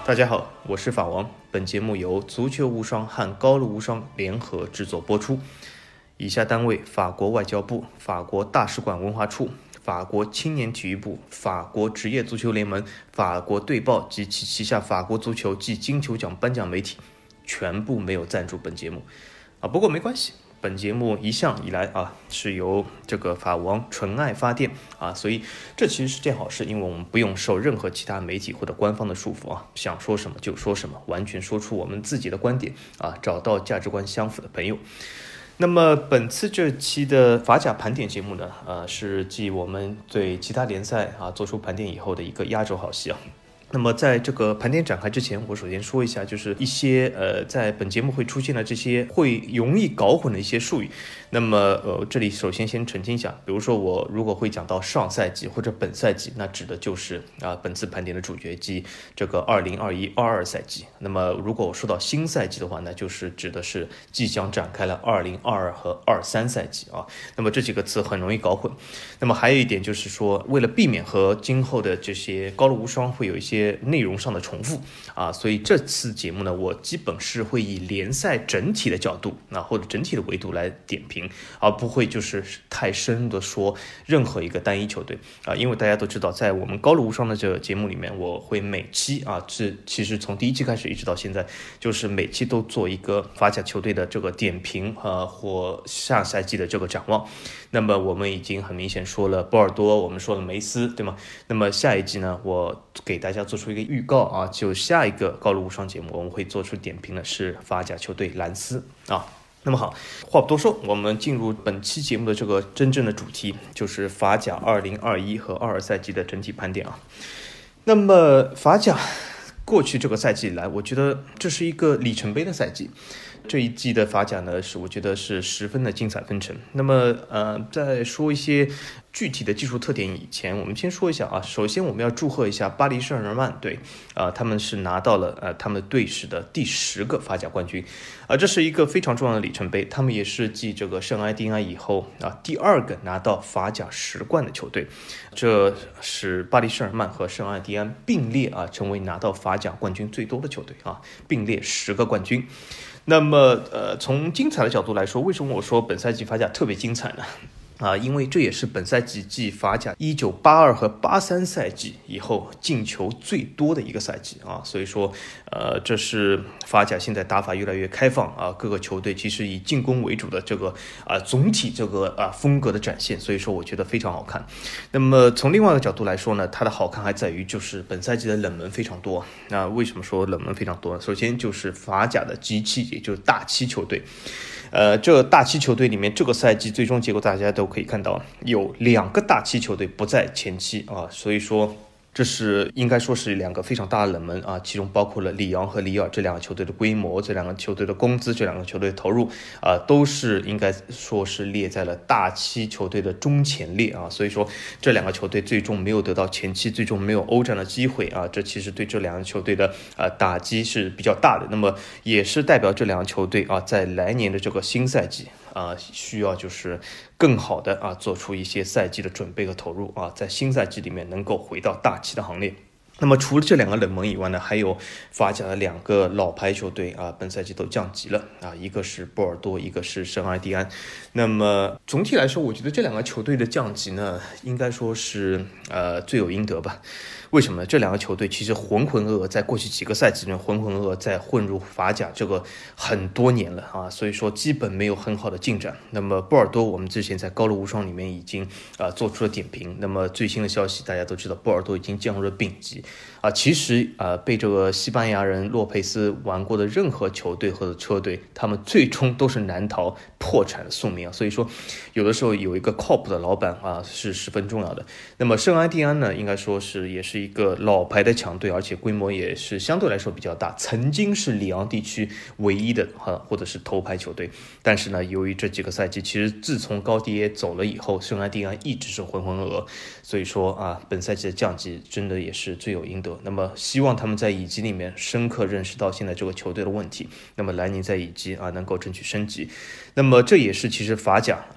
大家好，我是法王。本节目由足球无双和高露无双联合制作播出。以下单位：法国外交部、法国大使馆文化处、法国青年体育部、法国职业足球联盟、法国队报及其旗下法国足球暨金球奖颁奖媒体，全部没有赞助本节目。不过没关系。本节目一向以来是由这个法王纯爱发电所以这其实是件好事，因为我们不用受任何其他媒体或者官方的束缚想说什么就说什么，完全说出我们自己的观点找到价值观相符的朋友。那么本次这期的法甲盘点节目呢，是继我们对其他联赛做出盘点以后的一个压轴好戏那么在这个盘点展开之前，我首先说一下，就是一些在本节目会出现的这些会容易搞混的一些术语。那么这里首先先澄清一下，比如说我如果会讲到上赛季或者本赛季，那指的就是本次盘点的主角即这个2021-22赛季。那么如果我说到新赛季的话，那就是指的是即将展开了2022和23赛季那么这几个词很容易搞混。那么还有一点就是说，为了避免和今后的这些高露无双会有一些内容上的重复所以这次节目呢，我基本是会以联赛整体的角度或者整体的维度来点评，而不会就是太深入的说任何一个单一球队因为大家都知道，在我们高露无双的这个节目里面，我会每期其实从第一期开始一直到现在，就是每期都做一个法甲球队的这个点评或下赛季的这个展望。那么我们已经很明显说了波尔多，我们说了梅斯，对吗？那么下一季呢，我给大家做出一个预告就下一个高露无双节目我们会做出点评的是法甲球队兰斯那么好，话不多说，我们进入本期节目的这个真正的主题，就是法甲2021和22赛季的整体盘点那么法甲过去这个赛季以来，我觉得这是一个里程碑的赛季。这一季的法甲呢，我觉得是十分的精彩纷呈。那么在说一些具体的技术特点以前，我们先说一下首先我们要祝贺一下巴黎圣日耳曼队他们是拿到了他们队史的第10个法甲冠军这是一个非常重要的里程碑。他们也是继这个圣埃蒂安以后第2个拿到法甲10冠的球队，这使巴黎圣日耳曼和圣埃蒂安并列成为拿到法甲冠军最多的球队并列10个冠军。那么从精彩的角度来说，为什么我说本赛季法甲特别精彩呢？因为这也是本赛季继法甲1982和83赛季以后进球最多的一个赛季所以说这是法甲现在打法越来越开放各个球队其实以进攻为主的这个总体这个风格的展现，所以说我觉得非常好看。那么从另外一个角度来说呢，它的好看还在于就是本赛季的冷门非常多。那为什么说冷门非常多呢？首先就是法甲的G7，也就是大7球队。这大7球队里面，这个赛季最终结果大家都可以看到，有2个大7球队不在前期所以说这是应该说是2个非常大的冷门其中包括了里昂和里尔这2个球队的规模，这2个球队的工资，这2个球队的投入都是应该说是列在了大7球队的中前列所以说这2个球队最终没有得到前期，最终没有欧战的机会这其实对这2个球队的打击是比较大的。那么也是代表这2个球队在来年的这个新赛季需要就是更好的做出一些赛季的准备和投入在新赛季里面能够回到大7的行列。那么除了这2个冷门以外呢，还有法甲的2个老牌球队本赛季都降级了一个是波尔多，一个是圣埃蒂安。那么总体来说，我觉得这2个球队的降级呢，应该说是罪有应得吧。为什么呢？这2个球队其实浑浑噩噩在过去几个赛季中浑浑噩噩在混入法甲这个很多年了所以说基本没有很好的进展。那么波尔多我们之前在高露无双里面已经做出了点评。那么最新的消息大家都知道，波尔多已经降入了丙级其实被这个西班牙人洛佩斯玩过的任何球队或者车队，他们最终都是难逃破产的宿命所以说有的时候有一个靠谱的老板是十分重要的。那么圣埃蒂安呢，应该说也是一个老牌的强队，而且规模也是相对来说比较大，曾经是里昂地区唯一的或者是头牌球队。但是呢，由于这几个赛季其实自从高迪耶走了以后，圣埃蒂安一直是浑浑噩噩，所以说本赛季的降级真的也是罪有应得。那么希望他们在乙级里面深刻认识到现在这个球队的问题，那么来年在乙级能够争取升级。那么这也是其实法甲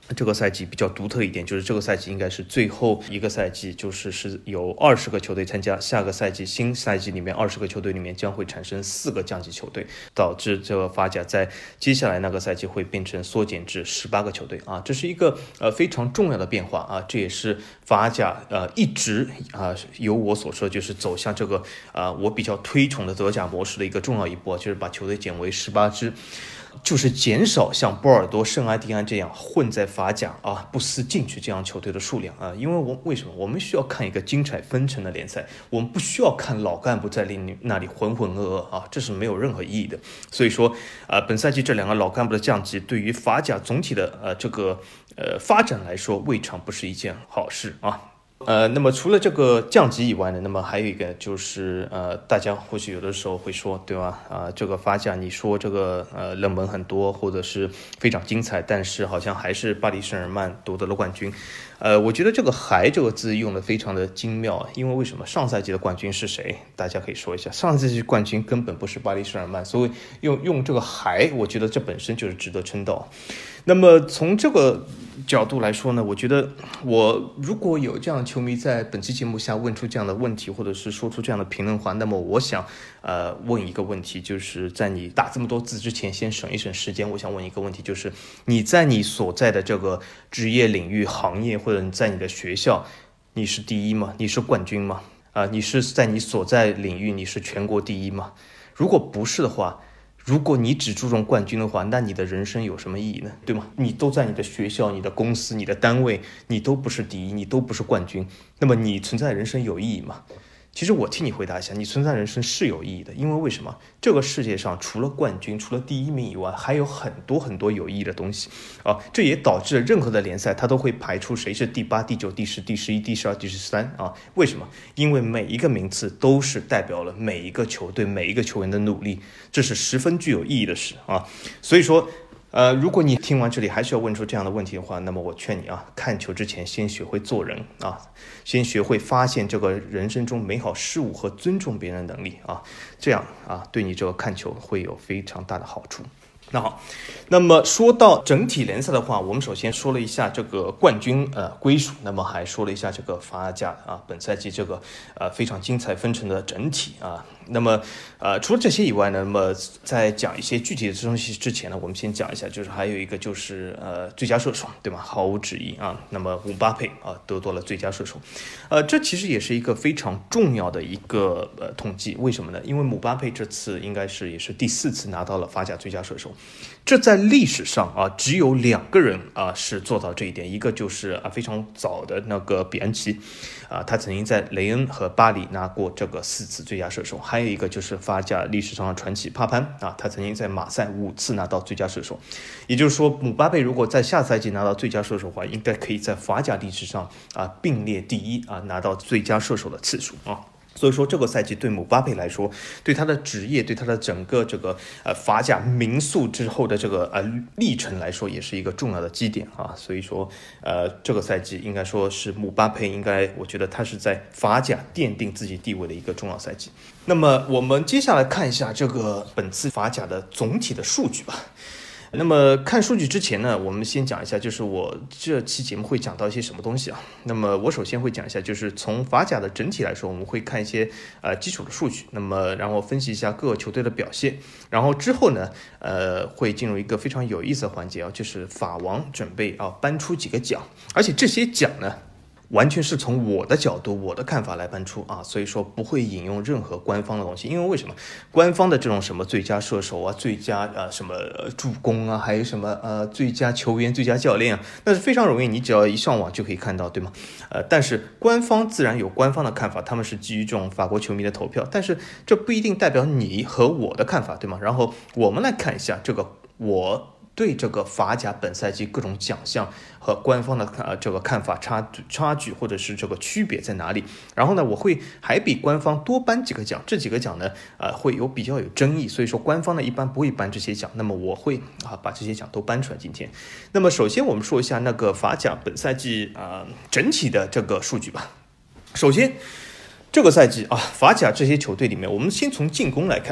这个赛季比较独特一点，就是这个赛季应该是最后一个赛季，是有20个球队参加，下个赛季新赛季里面20个球队里面将会产生4个降级球队，导致这个法甲在接下来那个赛季会变成缩减至18个球队啊，这是一个非常重要的变化啊，这也是法甲一直由我所说就是走向这个我比较推崇的德甲模式的一个重要一步，就是把球队减为18支。就是减少像波尔多、圣埃蒂安这样混在法甲不思进取这样球队的数量因为为什么我们需要看一个精彩纷呈的联赛，我们不需要看老干部在那里浑浑噩噩这是没有任何意义的。所以说本赛季这2个老干部的降级，对于法甲总体的这个发展来说，未尝不是一件好事啊。那么除了这个降级以外呢，那么还有一个就是大家或许有的时候会说，对吧？这个法甲你说这个冷门很多，或者是非常精彩，但是好像还是巴黎圣日耳曼夺得了冠军。我觉得这个还这个字用的非常的精妙，因为为什么上赛季的冠军是谁？大家可以说一下，上赛季冠军根本不是巴黎圣日耳曼，所以用这个还，我觉得这本身就是值得称道。那么从这个角度来说呢，我觉得我如果有这样的球迷在本期节目下问出这样的问题，或者是说出这样的评论话，那么我想问一个问题，就是在你打这么多字之前，先省一省时间，我想问一个问题，就是你在你所在的这个职业领域、行业，或者你在你的学校，你是第一吗？你是冠军吗？你是在你所在领域你是全国第一吗？如果不是的话，如果你只注重冠军的话，那你的人生有什么意义呢？对吗？你都在你的学校、你的公司、你的单位，你都不是第一，你都不是冠军，那么你存在的人生有意义吗？其实我替你回答一下，你存在人生是有意义的，因为为什么？这个世界上除了冠军，除了第一名以外，还有很多很多有意义的东西这也导致了任何的联赛它都会排出谁是第8、第9、第10、第11、第12、第13为什么？因为每一个名次都是代表了每一个球队、每一个球员的努力，这是十分具有意义的事所以说如果你听完这里还需要问出这样的问题的话，那么我劝你看球之前先学会做人先学会发现这个人生中美好事物和尊重别人的能力这样对你这个看球会有非常大的好处。那好，那么说到整体联赛的话，我们首先说了一下这个冠军归属，那么还说了一下这个法甲本赛季这个非常精彩纷呈的整体那么除了这些以外呢，那么在讲一些具体的东西之前呢，我们先讲一下，就是还有一个就是最佳射手，对吗？毫无质疑那么姆巴佩得到了最佳射手，这其实也是一个非常重要的一个统计。为什么呢？因为姆巴佩这次应该也是第4次拿到了法甲最佳射手，这在历史上只有2个人是做到这一点，一个就是非常早的那个比安奇他曾经在雷恩和巴黎拿过这个4次最佳射手，还有一个就是法甲历史上的传奇帕潘他曾经在马赛5次拿到最佳射手。也就是说，姆巴佩如果在下赛季拿到最佳射手的话，应该可以在法甲历史上并列第一拿到最佳射手的次数所以说这个赛季对姆巴佩来说，对他的职业，对他的整个这个法甲名宿之后的这个历程来说，也是一个重要的基点所以说这个赛季应该说是姆巴佩我觉得他是在法甲奠定自己地位的一个重要赛季。那么我们接下来看一下这个本次法甲的总体的数据吧。那么看数据之前呢，我们先讲一下，就是我这期节目会讲到一些什么东西那么我首先会讲一下，就是从法甲的整体来说，我们会看一些基础的数据，那么然后分析一下各个球队的表现，然后之后呢会进入一个非常有意思的环节就是法王准备颁出几个奖，而且这些奖呢完全是从我的角度、我的看法来颁出所以说不会引用任何官方的东西。因为为什么？官方的这种什么最佳射手最佳什么助攻还有什么最佳球员、最佳教练那是非常容易，你只要一上网就可以看到，对吗？但是官方自然有官方的看法，他们是基于这种法国球迷的投票，但是这不一定代表你和我的看法，对吗？然后我们来看一下这个我对这个法甲本赛季各种奖项和官方的这个看法差距或者是这个区别在哪里，然后呢我会还比官方多颁几个奖，这几个奖呢会比较有争议，所以说官方呢一般不会颁这些奖，那么我会把这些奖都颁出来今天。那么首先我们说一下那个法甲本赛季整体的这个数据吧。首先这个赛季法甲这些球队里面，我们先从进攻来看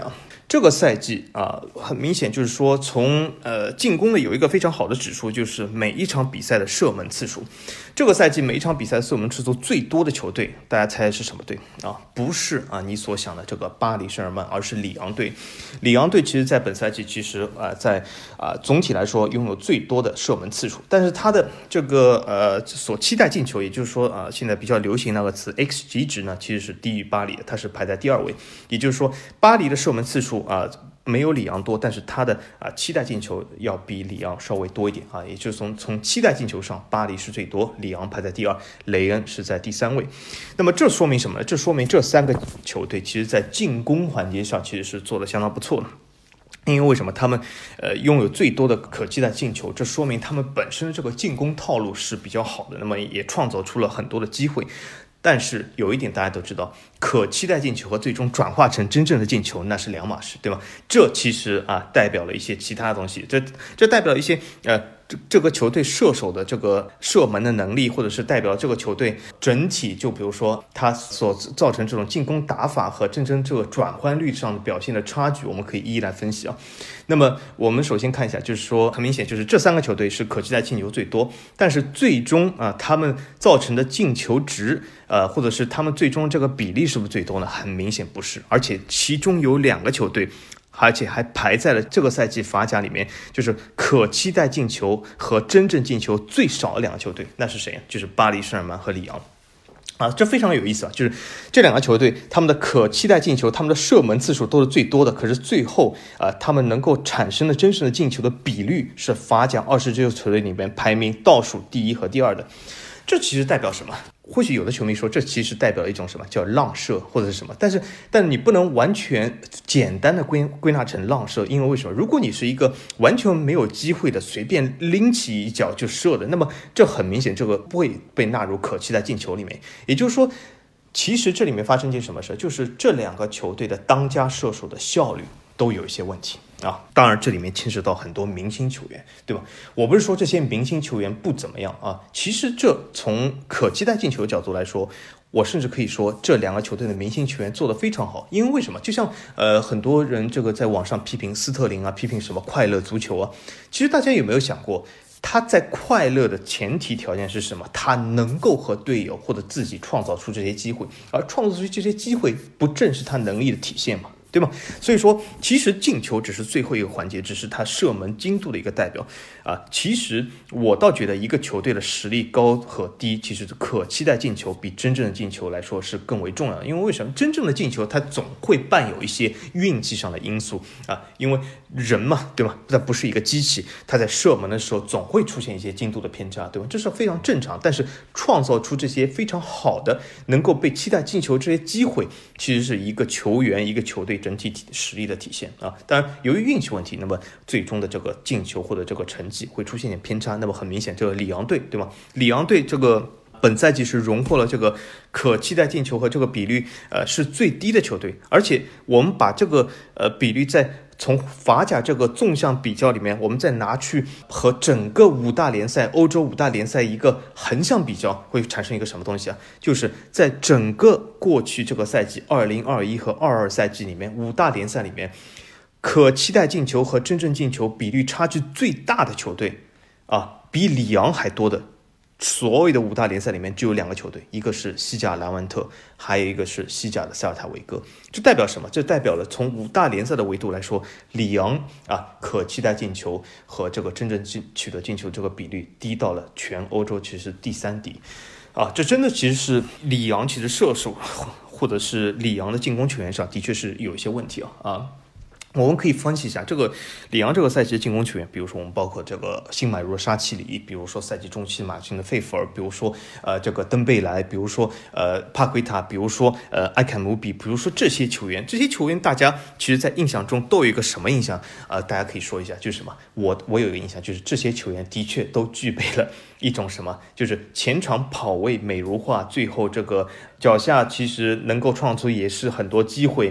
这个赛季很明显就是说从进攻的有一个非常好的指数，就是每一场比赛的射门次数。这个赛季每一场比赛射门次数最多的球队，大家猜是什么队不是你所想的这个巴黎圣日耳曼，而是里昂队。里昂队其实在本赛季其实在总体来说拥有最多的射门次数，但是他的这个所期待进球，也就是说现在比较流行那个词 XG 值呢，其实是低于巴黎的，它是排在第2位。也就是说巴黎的射门次数没有里昂多，但是他的期待进球要比里昂稍微多一点也就是从期待进球上，巴黎是最多，里昂排在第2，雷恩是在第3位。那么这说明什么呢？这说明这3个球队其实在进攻环节上其实是做得相当不错的。因为为什么他们拥有最多的可期待进球？这说明他们本身的这个进攻套路是比较好的，那么也创造出了很多的机会。但是有一点大家都知道，可期待进球和最终转化成真正的进球那是两码事，对吗？这其实代表了一些其他的东西，这代表一些这个球队射手的这个射门的能力，或者是代表这个球队整体，就比如说他所造成这种进攻打法和真正这个转换率上的表现的差距，我们可以一一来分析那么我们首先看一下，就是说很明显就是这3个球队是可期待进球最多，但是最终他们造成的进球值或者是他们最终这个比例是不是最多呢？很明显不是，而且其中有2个球队而且还排在了这个赛季法甲里面，就是可期待进球和真正进球最少的2个球队，那是谁？就是巴黎圣日耳曼和里昂这非常有意思就是这2个球队他们的可期待进球，他们的射门次数都是最多的，可是最后他们能够产生的真正的进球的比率是法甲20支球队里面排名倒数第1和第2的。这其实代表什么？或许有的球迷说这其实代表一种什么叫浪射或者是什么，但你不能完全简单的归纳成浪射，因为为什么？如果你是一个完全没有机会的随便拎起一脚就射的，那么这很明显这个不会被纳入可期待进球里面。也就是说其实这里面发生件什么事，就是这2个球队的当家射手的效率都有一些问题当然这里面牵涉到很多明星球员，对吧？我不是说这些明星球员不怎么样其实这从可期待进球的角度来说，我甚至可以说这2个球队的明星球员做得非常好。因为为什么？就像很多人这个在网上批评斯特林批评什么快乐足球其实大家有没有想过，他在快乐的前提条件是什么？他能够和队友或者自己创造出这些机会，而创造出这些机会不正是他能力的体现吗？对吗？所以说其实进球只是最后一个环节，只是他射门精度的一个代表其实我倒觉得一个球队的实力高和低，其实可期待进球比真正的进球来说是更为重要的。因为为什么？真正的进球它总会伴有一些运气上的因素因为人嘛，对吗？它不是一个机器，它在射门的时候总会出现一些精度的偏差，对吧？这是非常正常。但是创造出这些非常好的能够被期待进球这些机会，其实是一个球员一个球队整体实力的体现当然由于运气问题，那么最终的这个进球或者这个成绩会出现点偏差。那么很明显这个里昂队，对吗？里昂队这个本赛季是荣获了这个可期待进球和这个比率是最低的球队，而且我们把这个比率从法甲这个纵向比较里面，我们再拿去和整个5大联赛欧洲5大联赛一个横向比较，会产生一个什么东西就是在整个过去这个赛季2021和22赛季里面5大联赛里面，可期待进球和真正进球比率差距最大的球队比里昂还多的所有的5大联赛里面只有2个球队，一个是西甲莱万特，还有一个是西甲的塞尔塔维戈。这代表什么？这代表了从5大联赛的维度来说，里昂可期待进球和这个真正取得进球这个比率低到了全欧洲其实第3低这真的其实是里昂其实射手或者是里昂的进攻球员上的确是有一些问题我们可以分析一下这个里昂这个赛季的进攻球员，比如说我们包括这个新买入的沙奇里，比如说赛季中期马竞的费弗尔，比如说这个登贝莱，比如说帕奎塔，比如说埃坎姆比，比如说这些球员大家其实在印象中都有一个什么印象大家可以说一下，就是什么？我有一个印象，就是这些球员的确都具备了一种什么，就是前场跑位美如画，最后这个脚下其实能够创出也是很多机会。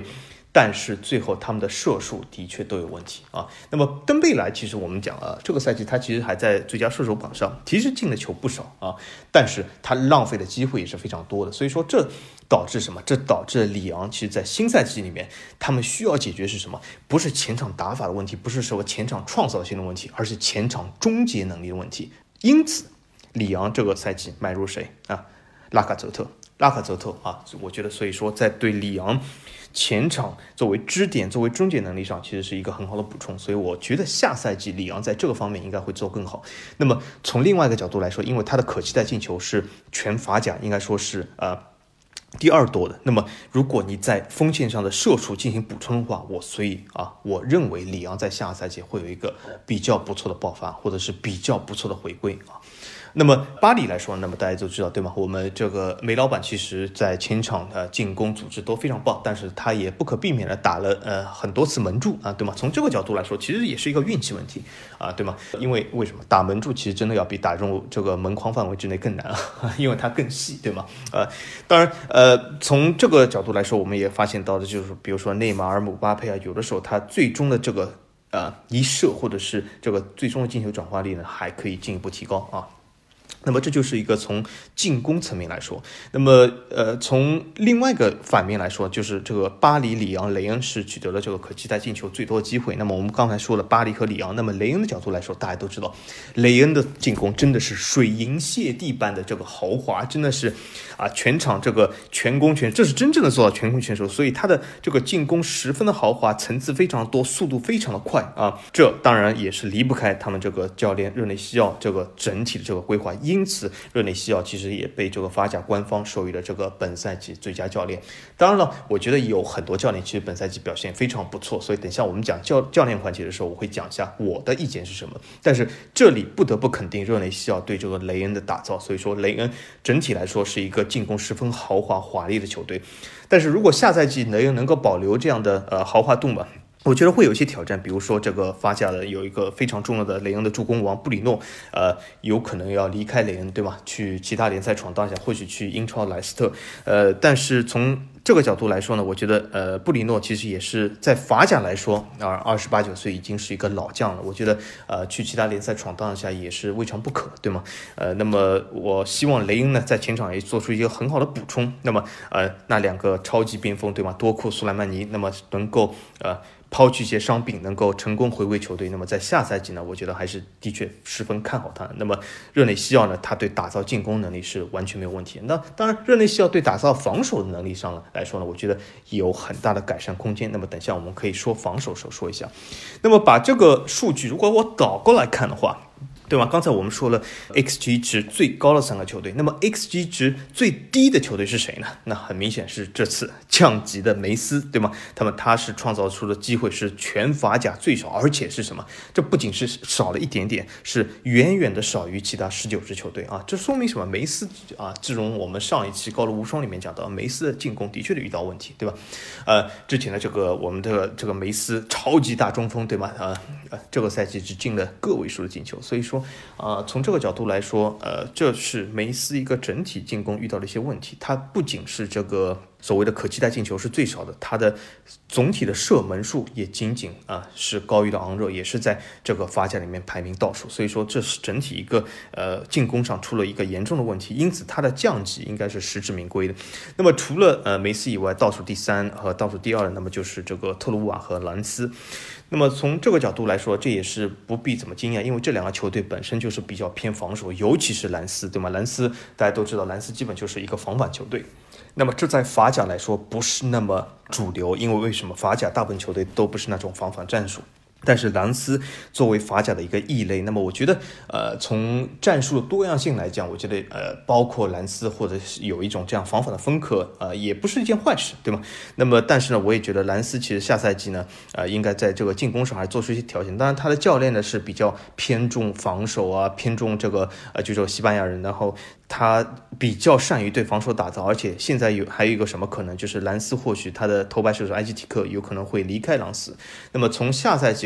但是最后他们的射术的确都有问题啊。那么登贝莱其实我们讲这个赛季他其实还在最佳射手榜上，其实进的球不少啊，但是他浪费的机会也是非常多的。所以说这导致什么？这导致里昂其实在新赛季里面，他们需要解决是什么？不是前场打法的问题，不是说前场创造性的问题，而是前场终结能力的问题。因此，里昂这个赛季买入谁啊？拉卡泽特啊，我觉得所以说在对里昂前场作为支点、作为终结能力上，其实是一个很好的补充。所以我觉得下赛季里昂在这个方面应该会做更好。那么从另外一个角度来说，因为他的可期待进球是全法甲应该说是第2多的。那么如果你在锋线上的射术进行补充的话，我认为里昂在下赛季会有一个比较不错的爆发，或者是比较不错的回归啊。那么巴黎来说，那么大家都知道对吗？我们这个梅老板其实在前场进攻组织都非常棒，但是他也不可避免的打了很多次门柱啊，对吗？从这个角度来说，其实也是一个运气问题啊，对吗？因为为什么打门柱其实真的要比打入这个门框范围之内更难啊，因为它更细，对吗？当然从这个角度来说，我们也发现到的就是，比如说内马尔、姆巴佩啊，有的时候他最终的这个一射或者是这个最终的进球转化率呢，还可以进一步提高啊。那么这就是一个从进攻层面来说，那么从另外一个反面来说，就是这个巴黎、里昂、雷恩是取得了这个可期待进球最多的机会。那么我们刚才说了巴黎和里昂，那么雷恩的角度来说，大家都知道，雷恩的进攻真的是水银泻地般的这个豪华，真的是全场这个全攻全，这是真正的做到全攻全守，所以他的这个进攻十分的豪华，层次非常多，速度非常的快啊。这当然也是离不开他们这个教练热内西奥这个整体的这个规划。因此热内西奥其实也被这个法甲官方授予了这个本赛季最佳教练。当然了，我觉得有很多教练其实本赛季表现非常不错，所以等一下我们讲教练环节的时候，我会讲一下我的意见是什么。但是这里不得不肯定热内西奥对这个雷恩的打造，所以说雷恩整体来说是一个进攻十分豪华华丽的球队。但是如果下赛季雷恩能够保留这样的豪华度嘛，我觉得会有一些挑战，比如说这个法甲的有一个非常重要的雷恩的助攻王布里诺，有可能要离开雷恩，对吧？去其他联赛闯荡一下，或许去英超莱斯特。但是从这个角度来说呢，我觉得布里诺其实也是在法甲来说28、29岁已经是一个老将了。我觉得去其他联赛闯荡一下也是未尝不可，对吗？那么我希望雷恩呢在前场也做出一个很好的补充。那么那两个超级边锋，对吗？多库、苏莱曼尼，那么能够抛去一些伤病，能够成功回归球队。那么在下赛季呢，我觉得还是的确十分看好他。那么热内西奥呢，他对打造进攻能力是完全没有问题。那当然，热内西奥对打造防守的能力上来说呢，我觉得有很大的改善空间。那么等一下我们可以说防守时候说一下。那么把这个数据，如果我倒过来看的话，对吧？刚才我们说了 XG 值最高的3个球队，那么 XG 值最低的球队是谁呢？那很明显是这次降级的梅斯，对吗？他是创造出的机会是全法甲最少，而且是什么？这不仅是少了一点点，是远远的少于其他19支球队啊！这说明什么？梅斯正如我们上一期高卢无双里面讲到，梅斯的进攻的确遇到问题，对吧？之前的我们的这个梅斯超级大中锋，对吗？这个赛季只进了个位数的进球，所以说从这个角度来说，这是梅斯一个整体进攻遇到的一些问题。他不仅是这个所谓的可期待进球是最少的，他的总体的射门数也仅仅是高于了昂热，也是在这个法甲里面排名倒数。所以说这是整体一个进攻上出了一个严重的问题，因此他的降级应该是实至名归的。那么除了梅西以外，倒数第3和倒数第2的，那么就是这个特鲁瓦和兰斯。那么从这个角度来说，这也是不必怎么惊讶，因为这两个球队本身就是比较偏防守，尤其是兰斯，对吗？兰斯大家都知道，兰斯基本就是一个防反球队。那么这在法甲来说不是那么主流，因为为什么？法甲大部分球队都不是那种防反战术。但是兰斯作为法甲的一个异类，那么我觉得从战术的多样性来讲，我觉得包括兰斯或者是有一种这样防反的风格也不是一件坏事，对吗？那么但是呢，我也觉得兰斯其实下赛季呢应该在这个进攻上还做出一些调整。当然他的教练呢是比较偏重防守偏重这个就是西班牙人，然后他比较善于对防守打造，而且现在还有一个什么可能，就是兰斯或许他的头牌射手埃基提克有可能会离开朗斯。那么从下赛季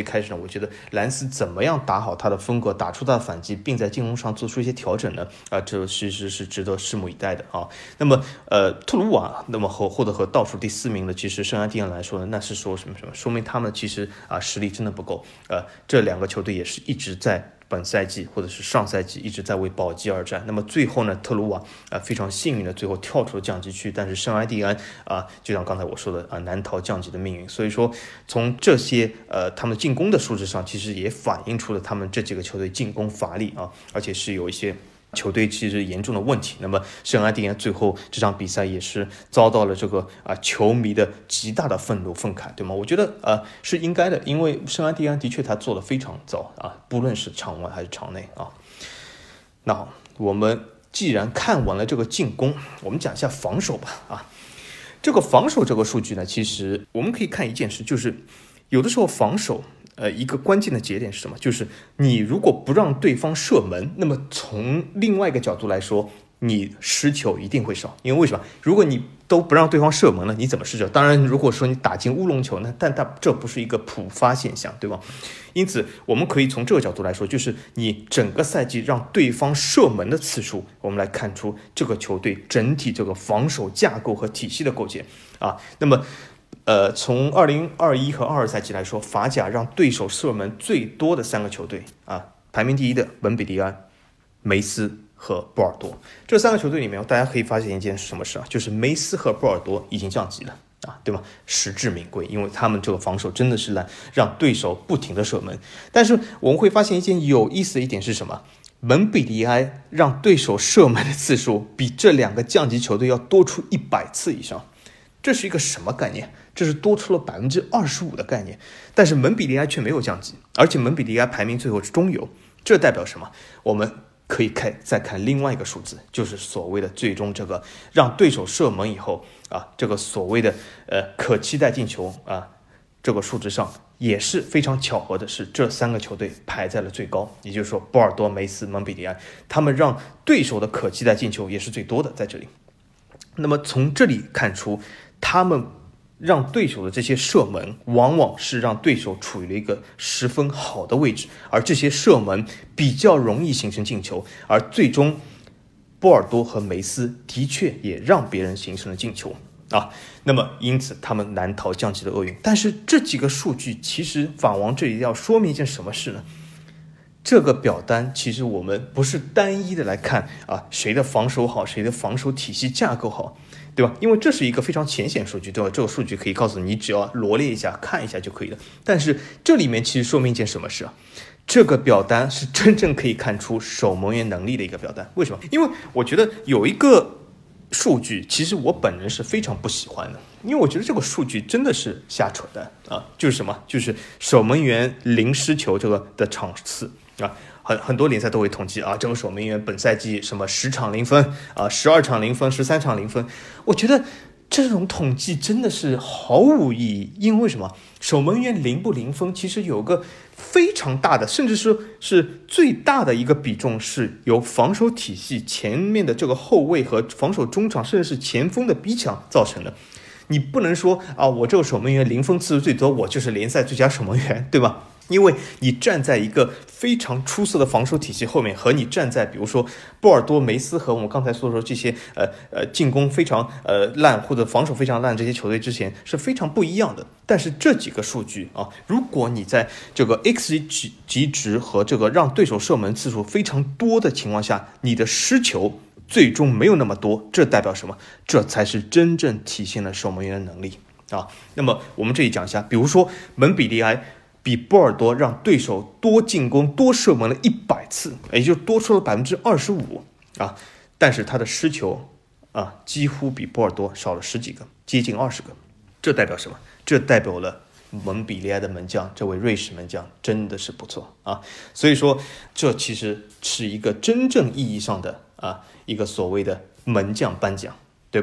开始呢，我觉得兰斯怎么样打好他的风格，打出他的反击，并在进攻上做出一些调整呢？这其实是值得拭目以待的啊。那么特鲁瓦那么获得和倒数第4名的，其实圣安地亚来说呢，那是说什么？说明他们其实实力真的不够。这2个球队也是一直在本赛季或者是上赛季一直在为保级而战。那么最后呢，特鲁瓦非常幸运的最后跳出了降级区，但是圣埃蒂安就像刚才我说的难逃降级的命运。所以说从这些他们进攻的数字上，其实也反映出了他们这几个球队进攻乏力而且是有一些球队其实严重的问题。那么圣安地亚最后这场比赛也是遭到了这个球迷的极大的愤怒愤慨，对吗？我觉得是应该的，因为圣安地亚的确他做得非常糟不论是场外还是场内那好，我们既然看完了这个进攻，我们讲一下防守吧这个防守这个数据呢，其实我们可以看一件事，就是有的时候防守一个关键的节点是什么？就是你如果不让对方射门，那么从另外一个角度来说，你失球一定会少。因为为什么？如果你都不让对方射门了，你怎么失球？当然，如果说你打进乌龙球呢，但这不是一个普发现象，对吧？因此，我们可以从这个角度来说，就是你整个赛季让对方射门的次数，我们来看出这个球队整体这个防守架构和体系的构建那么从2021和22赛季来说，法甲让对手射门最多的3个球队排名第一的本比利安、梅斯和波尔多。这3个球队里面，大家可以发现一件什么事就是梅斯和波尔多已经降级了对吗？实至名归，因为他们这个防守真的是让对手不停的射门。但是我们会发现一件有意思的一点是什么？本比利埃让对手射门的次数比这2个降级球队要多出100次以上。这是一个什么概念？这是多出了25%的概念。但是蒙彼利埃却没有降级，而且蒙彼利埃排名最后是中游。这代表什么？我们可以再看另外一个数字，就是所谓的最终这个让对手射门以后这个所谓的可期待进球这个数值上也是非常巧合的是，这3个球队排在了最高。也就是说，波尔多、梅斯、蒙彼利埃，他们让对手的可期待进球也是最多的在这里。那么从这里看出，他们让对手的这些射门往往是让对手处于了一个十分好的位置，而这些射门比较容易形成进球，而最终波尔多和梅斯的确也让别人形成了进球那么因此他们难逃降级的厄运。但是这几个数据其实法王这里要说明一件什么事呢？这个表单其实我们不是单一的来看谁的防守好，谁的防守体系架构好，对吧？因为这是一个非常浅显数据，对吧？这个数据可以告诉你只要罗列一下看一下就可以了。但是这里面其实说明一件什么事这个表单是真正可以看出守门员能力的一个表单。为什么？因为我觉得有一个数据其实我本人是非常不喜欢的，因为我觉得这个数据真的是瞎扯淡就是什么？就是守门员零失球这个的场次很多联赛都会统计这个守门员本赛季什么10场0分12场0分13场0分。我觉得这种统计真的是毫无意义。因为什么？守门员0不0分其实有个非常大的，甚至是最大的一个比重是由防守体系前面的这个后卫和防守中场甚至是前锋的逼抢造成的。你不能说我这个守门员0分次数最多，我就是联赛最佳守门员，对吧？因为你站在一个非常出色的防守体系后面，和你站在比如说波尔多、梅斯和我们刚才所说这些进攻非常烂或者防守非常烂这些球队之前是非常不一样的。但是这几个数据如果你在这个 xG 值和这个让对手射门次数非常多的情况下，你的失球最终没有那么多，这代表什么？这才是真正体现了守门员的能力那么我们这里讲一下，比如说蒙彼利埃比波尔多让对手多进攻多射门了100次，也就多出了25%但是他的失球几乎比波尔多少了10几个，接近20个。这代表什么？这代表了蒙彼利埃的门将，这位瑞士门将真的是不错所以说这其实是一个真正意义上的一个所谓的门将颁奖，对不对？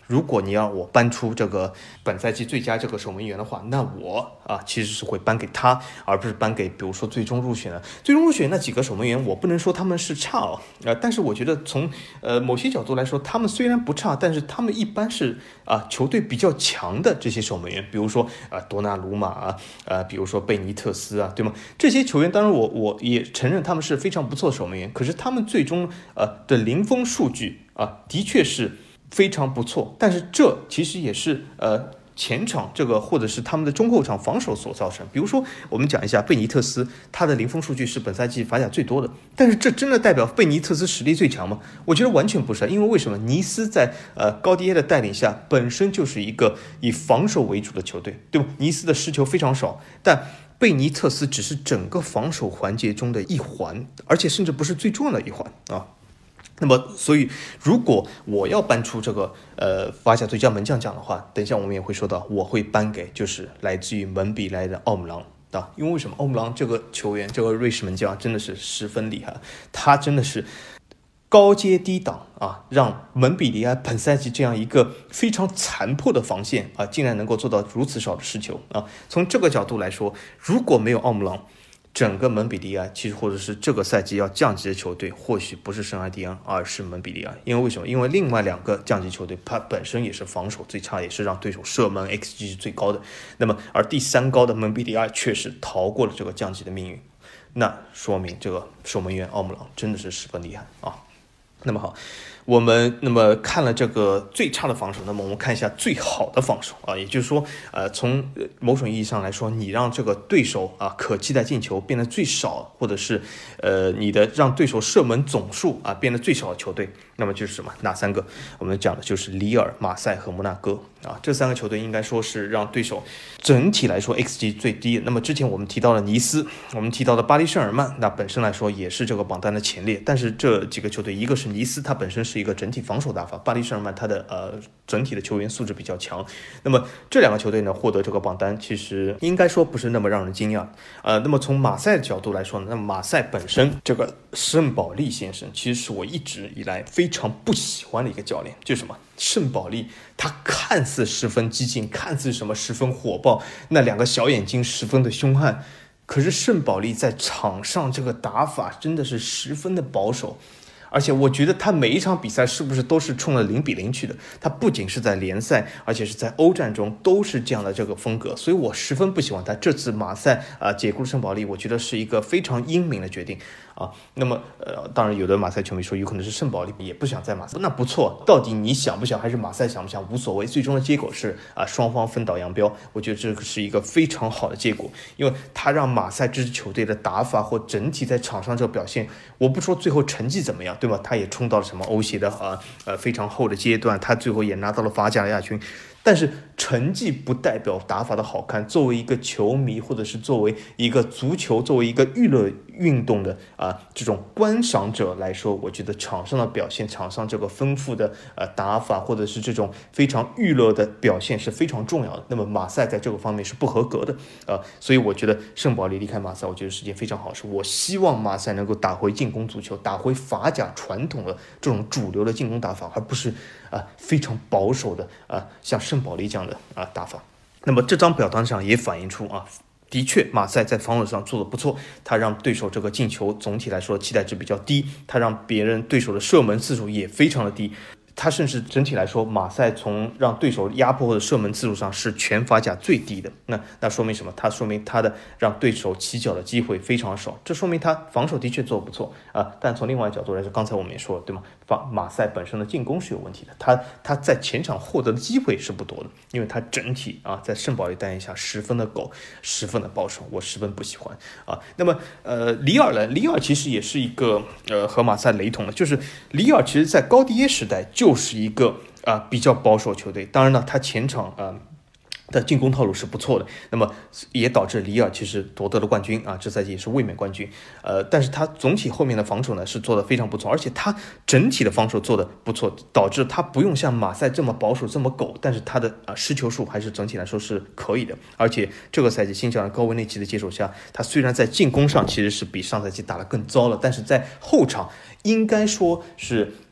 如果你让我颁出这个本赛季最佳这个守门员的话，那我其实是会颁给他，而不是颁给比如说最终入选那几个守门员。我不能说他们是差但是我觉得从某些角度来说，他们虽然不差，但是他们一般是球队比较强的这些守门员，比如说多纳鲁马比如说贝尼特斯对吗？这些球员当然我也承认他们是非常不错的守门员，可是他们最终的零封数据的确是非常不错，但是这其实也是前场这个或者是他们的中后场防守所造成。比如说我们讲一下贝尼特斯，他的零封数据是本赛季法甲最多的，但是这真的代表贝尼特斯实力最强吗？我觉得完全不是，因为为什么？尼斯在高迪耶的带领下本身就是一个以防守为主的球队，对吧？尼斯的失球非常少，但贝尼特斯只是整个防守环节中的一环，而且甚至不是最重要的一环那么，所以如果我要颁出这个法甲最佳门将奖的话，等一下我们也会说到，我会颁给就是来自于门比莱的奥姆朗因为为什么？奥姆朗这个球员，这个瑞士门将真的是十分厉害，他真的是高阶低档让门比利埃本赛季这样一个非常残破的防线竟然能够做到如此少的失球从这个角度来说，如果没有奥姆朗，整个门比利埃其实或者是这个赛季要降级的球队，或许不是圣埃蒂安，而是门比利埃。因为为什么？因为另外两个降级球队，它本身也是防守最差，也是让对手射门 XG 是最高的。那么，而第三高的门比利埃却是逃过了这个降级的命运，那说明这个守门员奥姆朗真的是十分厉害那么好，我们看了这个最差的防守，那么我们看一下最好的防守也就是说从某种意义上来说，你让这个对手可期待进球变得最少，或者是你的让对手射门总数变得最少的球队，那么就是什么？哪三个？我们讲的就是里尔、马赛和摩纳哥这三个球队应该说是让对手整体来说 XG 最低。那么之前我们提到了尼斯，我们提到的巴黎圣日耳曼，那本身来说也是这个榜单的前列，但是这几个球队，一个是尼斯，它本身是一个整体防守打法，巴黎圣日耳曼它的整体的球员素质比较强。那么这两个球队呢获得这个榜单，其实应该说不是那么让人惊讶那么从马赛的角度来说呢，那么马赛本身这个圣保利先生，其实是我一直以来非常不喜欢的一个教练，就是什么？圣保利他看似十分激进，看似十分火爆，那两个小眼睛十分的凶悍，可是圣保利在场上这个打法真的是十分的保守，而且我觉得他每一场比赛是不是都是冲了0-0去的？他不仅是在联赛，而且是在欧战中都是这样的这个风格，所以我十分不喜欢他。这次马赛解雇圣保利，我觉得是一个非常英明的决定那么当然有的马赛球迷说有可能是圣保利也不想在马赛，那不错，到底你想不想还是马赛想不想无所谓，最终的结果是双方分道扬镳。我觉得这是一个非常好的结果，因为他让马赛这支球队的打法或整体在场上这个表现，我不说最后成绩怎么样，对吧？他也冲到了什么欧协的非常后的阶段，他最后也拿到了法甲亚军，但是成绩不代表打法的好看。作为一个球迷，或者是作为一个足球，作为一个娱乐运动的这种观赏者来说，我觉得场上的表现，场上这个丰富的打法，或者是这种非常娱乐的表现是非常重要的。那么马赛在这个方面是不合格的所以我觉得圣保利离开马赛，我觉得是件非常好事。我希望马赛能够打回进攻足球，打回法甲传统的这种主流的进攻打法，而不是非常保守的像圣保利这样的打法。那么这张表单上也反映出的确马赛在防守上做得不错，他让对手这个进球总体来说期待值比较低，他让别人对手的射门次数也非常的低，他甚至整体来说，马赛从让对手压迫或者射门次数上是全法甲最低的。那说明什么？他说明他的让对手起脚的机会非常少，这说明他防守的确做得不错但从另外一个角度来说，刚才我们也说了，对吗？马赛本身的进攻是有问题的，他在前场获得的机会是不多的，因为他整体在圣保利带领下十分的狗，十分的保守，我十分不喜欢那么里尔呢？里尔其实也是一个和马赛雷同的，就是里尔其实在高迪耶时代就是一个比较保守球队，当然呢，他前场的进攻套路是不错的，那么也导致里尔其实夺得了冠军这赛季也是卫冕冠军但是他总体后面的防守呢是做得非常不错，而且他整体的防守做得不错，导致他不用像马赛这么保守这么狗，但是他的失球数还是整体来说是可以的。而且这个赛季新教练高维内奇的接手下，他虽然在进攻上其实是比上赛季打得更糟了，但是在后场应该说是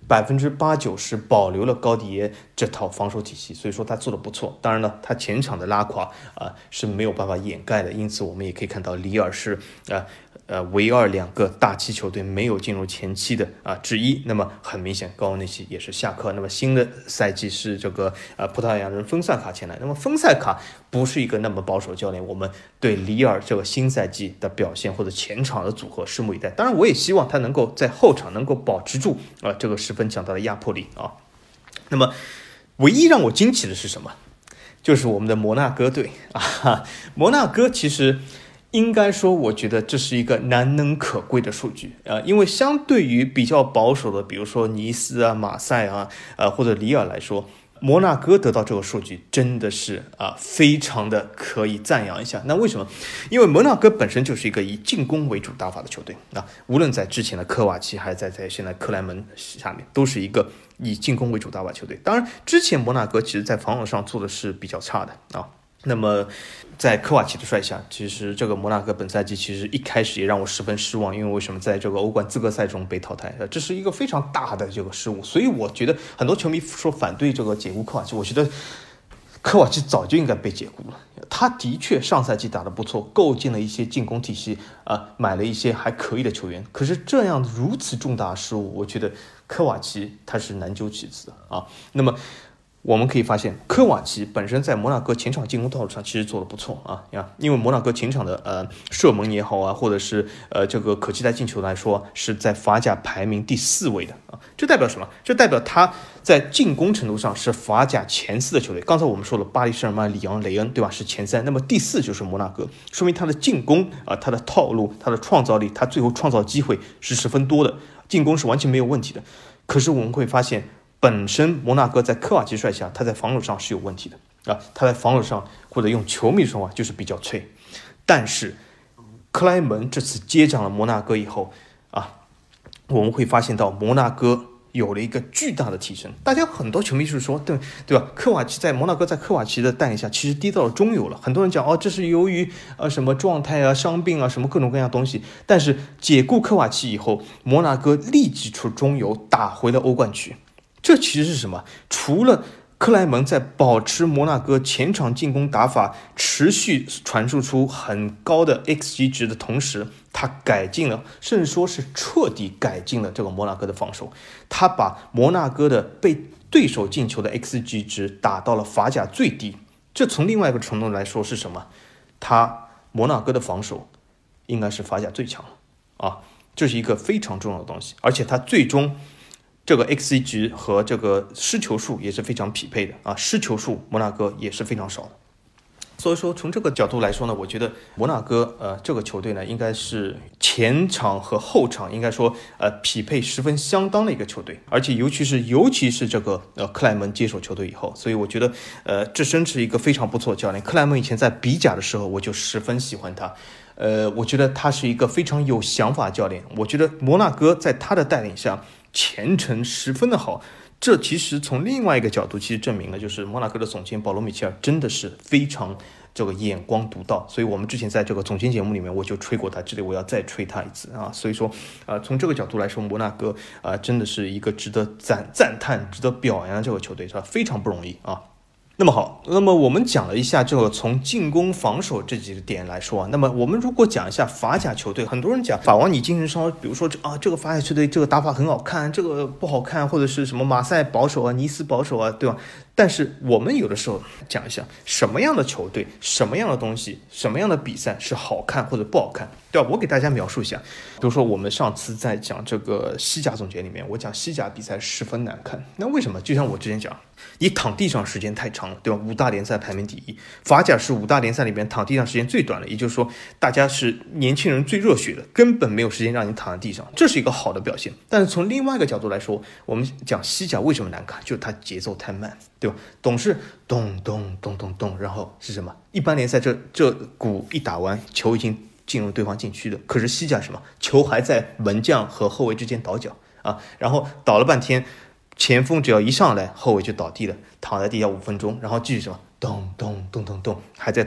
80%-90%保留了高迪耶这套防守体系，所以说他做的不错。当然了，他前场的拉垮是没有办法掩盖的，因此我们也可以看到里尔是唯二2个大7球队没有进入前7的之一。那么很明显，高恩内奇也是下课。那么新的赛季是这个葡萄牙人丰塞卡前来。那么丰塞卡不是一个那么保守教练，我们对里尔这个新赛季的表现或者前场的组合拭目以待。当然，我也希望他能够在后场能够保持住这个十分强大的压迫力啊。那么唯一让我惊奇的是什么？就是我们的摩纳哥队摩纳哥其实应该说，我觉得这是一个难能可贵的数据因为相对于比较保守的，比如说尼斯马赛或者里尔来说，摩纳哥得到这个数据真的是非常的可以赞扬一下。那为什么？因为摩纳哥本身就是一个以进攻为主打法的球队无论在之前的科瓦奇还是在现在克莱门下面，都是一个以进攻为主打法球队。当然之前摩纳哥其实在防守上做的是比较差的那么在科瓦奇的帅下，其实这个摩纳哥本赛季其实一开始也让我十分失望，因为为什么在这个欧冠资格赛中被淘汰这是一个非常大的这个失误。所以我觉得很多球迷说反对这个解雇科瓦奇，我觉得科瓦奇早就应该被解雇了。他的确上赛季打得不错，构建了一些进攻体系买了一些还可以的球员，可是这样如此重大的失误，我觉得科瓦奇他是难究其词的那么我们可以发现，科瓦奇本身在摩纳哥前场进攻道路上其实做得不错因为摩纳哥前场的射门也好或者是这个可期待进球来说，是在法甲排名第4位的这代表什么？这代表他在进攻程度上是法甲前4的球队。刚才我们说了，巴黎圣日耳曼、里昂、雷恩，对吧？是前3，那么第4就是摩纳哥，说明他的进攻他的套路、他的创造力，他最后创造机会是十分多的，进攻是完全没有问题的。可是我们会发现，本身摩纳哥在科瓦奇帅下，他在防守上是有问题的他在防守上或者用球迷的说法就是比较脆。但是克莱门这次接掌了摩纳哥以后我们会发现到摩纳哥有了一个巨大的提升。大家很多球迷是说对吧？摩纳哥在科瓦奇的带领下其实低到了中游了。很多人讲这是由于什么状态伤病什么各种各样的东西。但是解雇科瓦奇以后，摩纳哥立即出中游，打回了欧冠区。这其实是什么？除了克莱门在保持摩纳哥前场进攻打法持续传输出很高的 XG 值的同时，他改进了，甚至说是彻底改进了这个摩纳哥的防守。他把摩纳哥的被对手进球的 XG 值打到了法甲最低。这从另外一个程度来说是什么？摩纳哥的防守应该是法甲最强这是一个非常重要的东西。而且他最终这个 XG 值和这个失球数也是非常匹配的失球数摩纳哥也是非常少的。所以说从这个角度来说呢，我觉得摩纳哥这个球队呢，应该是前场和后场应该说匹配十分相当的一个球队。而且尤其是这个克莱门接手球队以后，所以我觉得这真是一个非常不错的教练。克莱门以前在比甲的时候我就十分喜欢他，我觉得他是一个非常有想法的教练。我觉得摩纳哥在他的带领下前程十分的好。这其实从另外一个角度其实证明了，就是摩纳哥的总监保罗·米切尔真的是非常这个眼光独到。所以我们之前在这个总监节目里面我就吹过他，这里我要再吹他一次所以说从这个角度来说，摩纳哥真的是一个值得赞叹、值得表扬的这个球队，是吧？非常不容易那么好，那么我们讲了一下这个从进攻防守这几个点来说那么我们如果讲一下法甲球队，很多人讲法王你精神上，比如说这个法甲球队这个打法很好看，这个不好看，或者是什么马赛保守尼斯保守对吧？但是我们有的时候讲一下什么样的球队、什么样的东西、什么样的比赛是好看或者不好看，对吧？我给大家描述一下。比如说我们上次在讲这个西甲总结里面，我讲西甲比赛十分难看，那为什么？就像我之前讲，你躺地上时间太长了，对吧？5大联赛排名第一，法甲是5大联赛里面躺地上时间最短的，也就是说大家是年轻人最热血的，根本没有时间让你躺在地上，这是一个好的表现。但是从另外一个角度来说，我们讲西甲为什么难看，就是它节奏太慢，对吧？总是咚咚咚咚咚，然后是什么？一般联赛这鼓一打完，球已经进入对方禁区的，可是西甲什么？球还在门将和后卫之间倒脚然后倒了半天，前锋只要一上来，后卫就倒地了，躺在地下5分钟，然后继续什么？咚咚咚咚咚，还在倒脚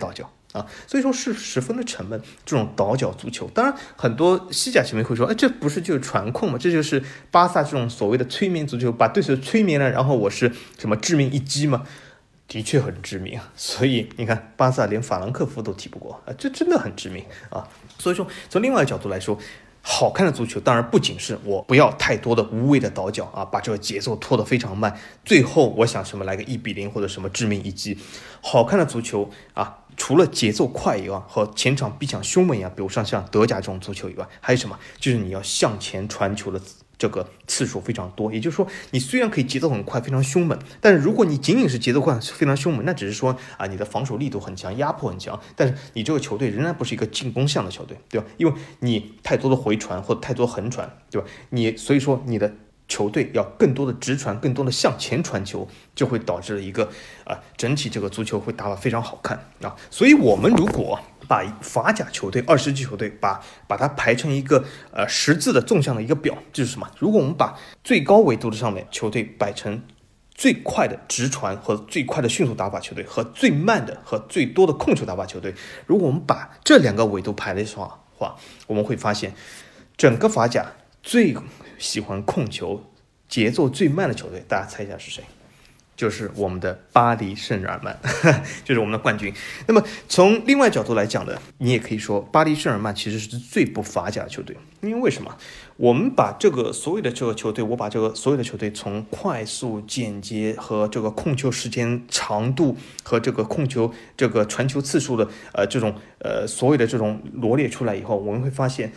所以说是十分的沉闷。这种倒脚足球，当然很多西甲球迷会说，这不是就是传控吗？这就是巴萨这种所谓的催眠足球，把对手催眠了，然后我是什么致命一击吗？的确很致命所以你看巴萨连法兰克福都踢不过这真的很致命所以说从另外一个角度来说，好看的足球当然不仅是我不要太多的无谓的倒脚把这个节奏拖得非常慢，最后我想什么来个1-0或者什么致命一击。好看的足球除了节奏快以外和前场逼抢凶猛比如像德甲这种足球以外，还有什么？就是你要向前传球的这个次数非常多。也就是说，你虽然可以节奏很快非常凶猛，但是如果你仅仅是节奏快非常凶猛，那只是说你的防守力度很强，压迫很强，但是你这个球队仍然不是一个进攻向的球队，对吧？因为你太多的回传或者太多横传，对吧？所以说你的球队要更多的直传，更多的向前传球，就会导致了一个整体这个足球会打得非常好看所以我们如果把法甲球队20支球队把它排成一个十字的纵向的一个表，就是什么？如果我们把最高维度的上面球队摆成最快的直传和最快的迅速打法球队和最慢的和最多的控球打法球队，如果我们把这两个维度排列的话，我们会发现整个法甲最喜欢控球节奏最慢的球队，大家猜一下是谁？就是我们的巴黎圣日耳曼就是我们的冠军。那么从另外角度来讲的，你也可以说巴黎圣日耳曼其实是最不法甲的球队。因为为什么？我们把这个所有的这个球队，我把这个所有的球队从快速简洁和这个控球时间长度和这个控球这个传球次数的这种所有的这种罗列出来以后，我们会发现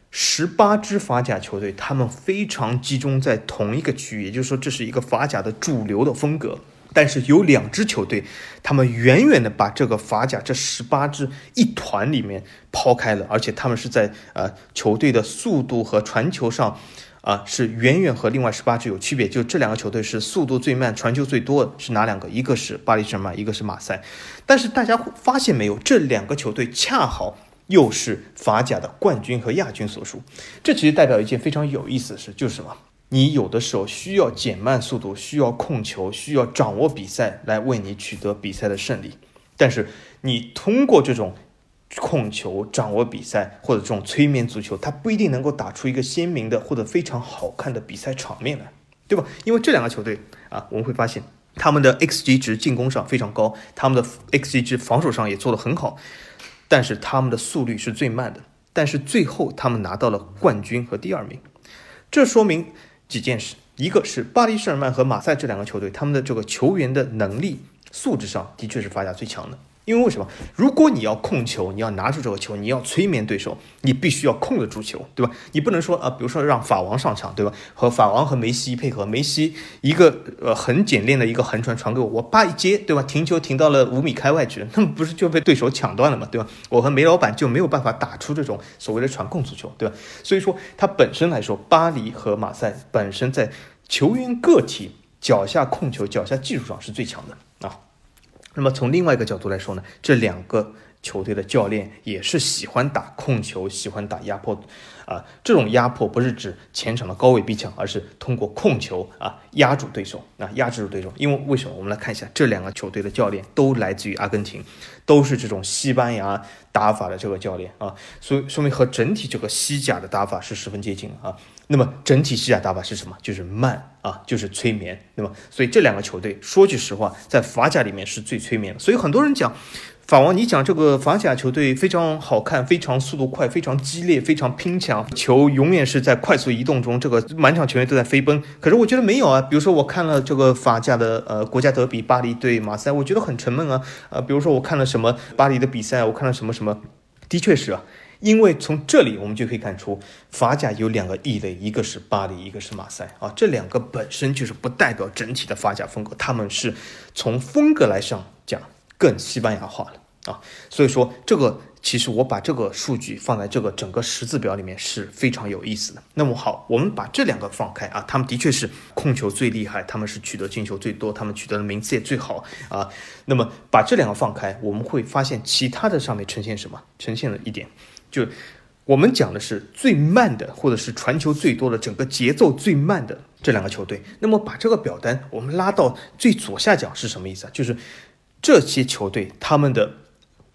18支法甲球队，他们非常集中在同一个区域，也就是说这是一个法甲的主流的风格。但是有2支球队，他们远远的把这个法甲这18支一团里面抛开了，而且他们是在球队的速度和传球上是远远和另外18支有区别。就这2个球队是速度最慢传球最多的，是哪2个？一个是巴黎圣日耳曼，一个是马赛。但是大家发现没有，这2个球队恰好又是法甲的冠军和亚军所属。这其实代表一件非常有意思的事，就是什么？你有的时候需要减慢速度，需要控球，需要掌握比赛来为你取得比赛的胜利。但是你通过这种控球掌握比赛或者这种催眠足球，它不一定能够打出一个鲜明的或者非常好看的比赛场面来，对吧？因为这2个球队我们会发现他们的 XG 值进攻上非常高，他们的 XG 值防守上也做得很好，但是他们的速率是最慢的。但是最后他们拿到了冠军和第2名。这说明几件事，一个是巴黎圣日耳曼和马赛这2个球队，他们的这个球员的能力素质上的确是法甲最强的。因为为什么？如果你要控球，你要拿住这个球，你要催眠对手，你必须要控得住球，对吧？你不能说比如说让法王上场，对吧？和法王和梅西配合，梅西一个很简练的一个横传传给我叭一接，对吧？停球停到了5米开外去，那么不是就被对手抢断了嘛，对吧？我和梅老板就没有办法打出这种所谓的传控足球，对吧？所以说它本身来说，巴黎和马赛本身在球员个体脚下控球、脚下技术上是最强的那么从另外一个角度来说呢，这2个球队的教练也是喜欢打控球，喜欢打压迫这种压迫不是指前场的高位逼抢，而是通过控球压住对手压制住对手。因为为什么？我们来看一下这2个球队的教练都来自于阿根廷，都是这种西班牙打法的这个教练所以说明和整体这个西甲的打法是十分接近的那么整体西甲打法是什么？就是慢就是催眠，对吧？所以这2个球队说句实话，在法甲里面是最催眠的。所以很多人讲法王，你讲这个法甲球队非常好看，非常速度快，非常激烈，非常拼抢，球永远是在快速移动中，这个满场球员都在飞奔。可是我觉得没有比如说我看了这个法甲的国家德比巴黎对马赛，我觉得很沉闷比如说我看了什么巴黎的比赛，我看了什么的确是因为从这里我们就可以看出法甲有2个异类，一个是巴黎，一个是马赛这2个本身就是不代表整体的法甲风格，他们是从风格来上讲更西班牙化了所以说这个其实我把这个数据放在这个整个十字表里面是非常有意思的。那么好，我们把这2个放开他们的确是控球最厉害，他们是取得进球最多，他们取得的名次也最好那么把这2个放开，我们会发现其他的上面呈现什么？呈现了一点，就我们讲的是最慢的，或者是传球最多的，整个节奏最慢的这2个球队。那么把这个表单我们拉到最左下角是什么意思就是这些球队他们的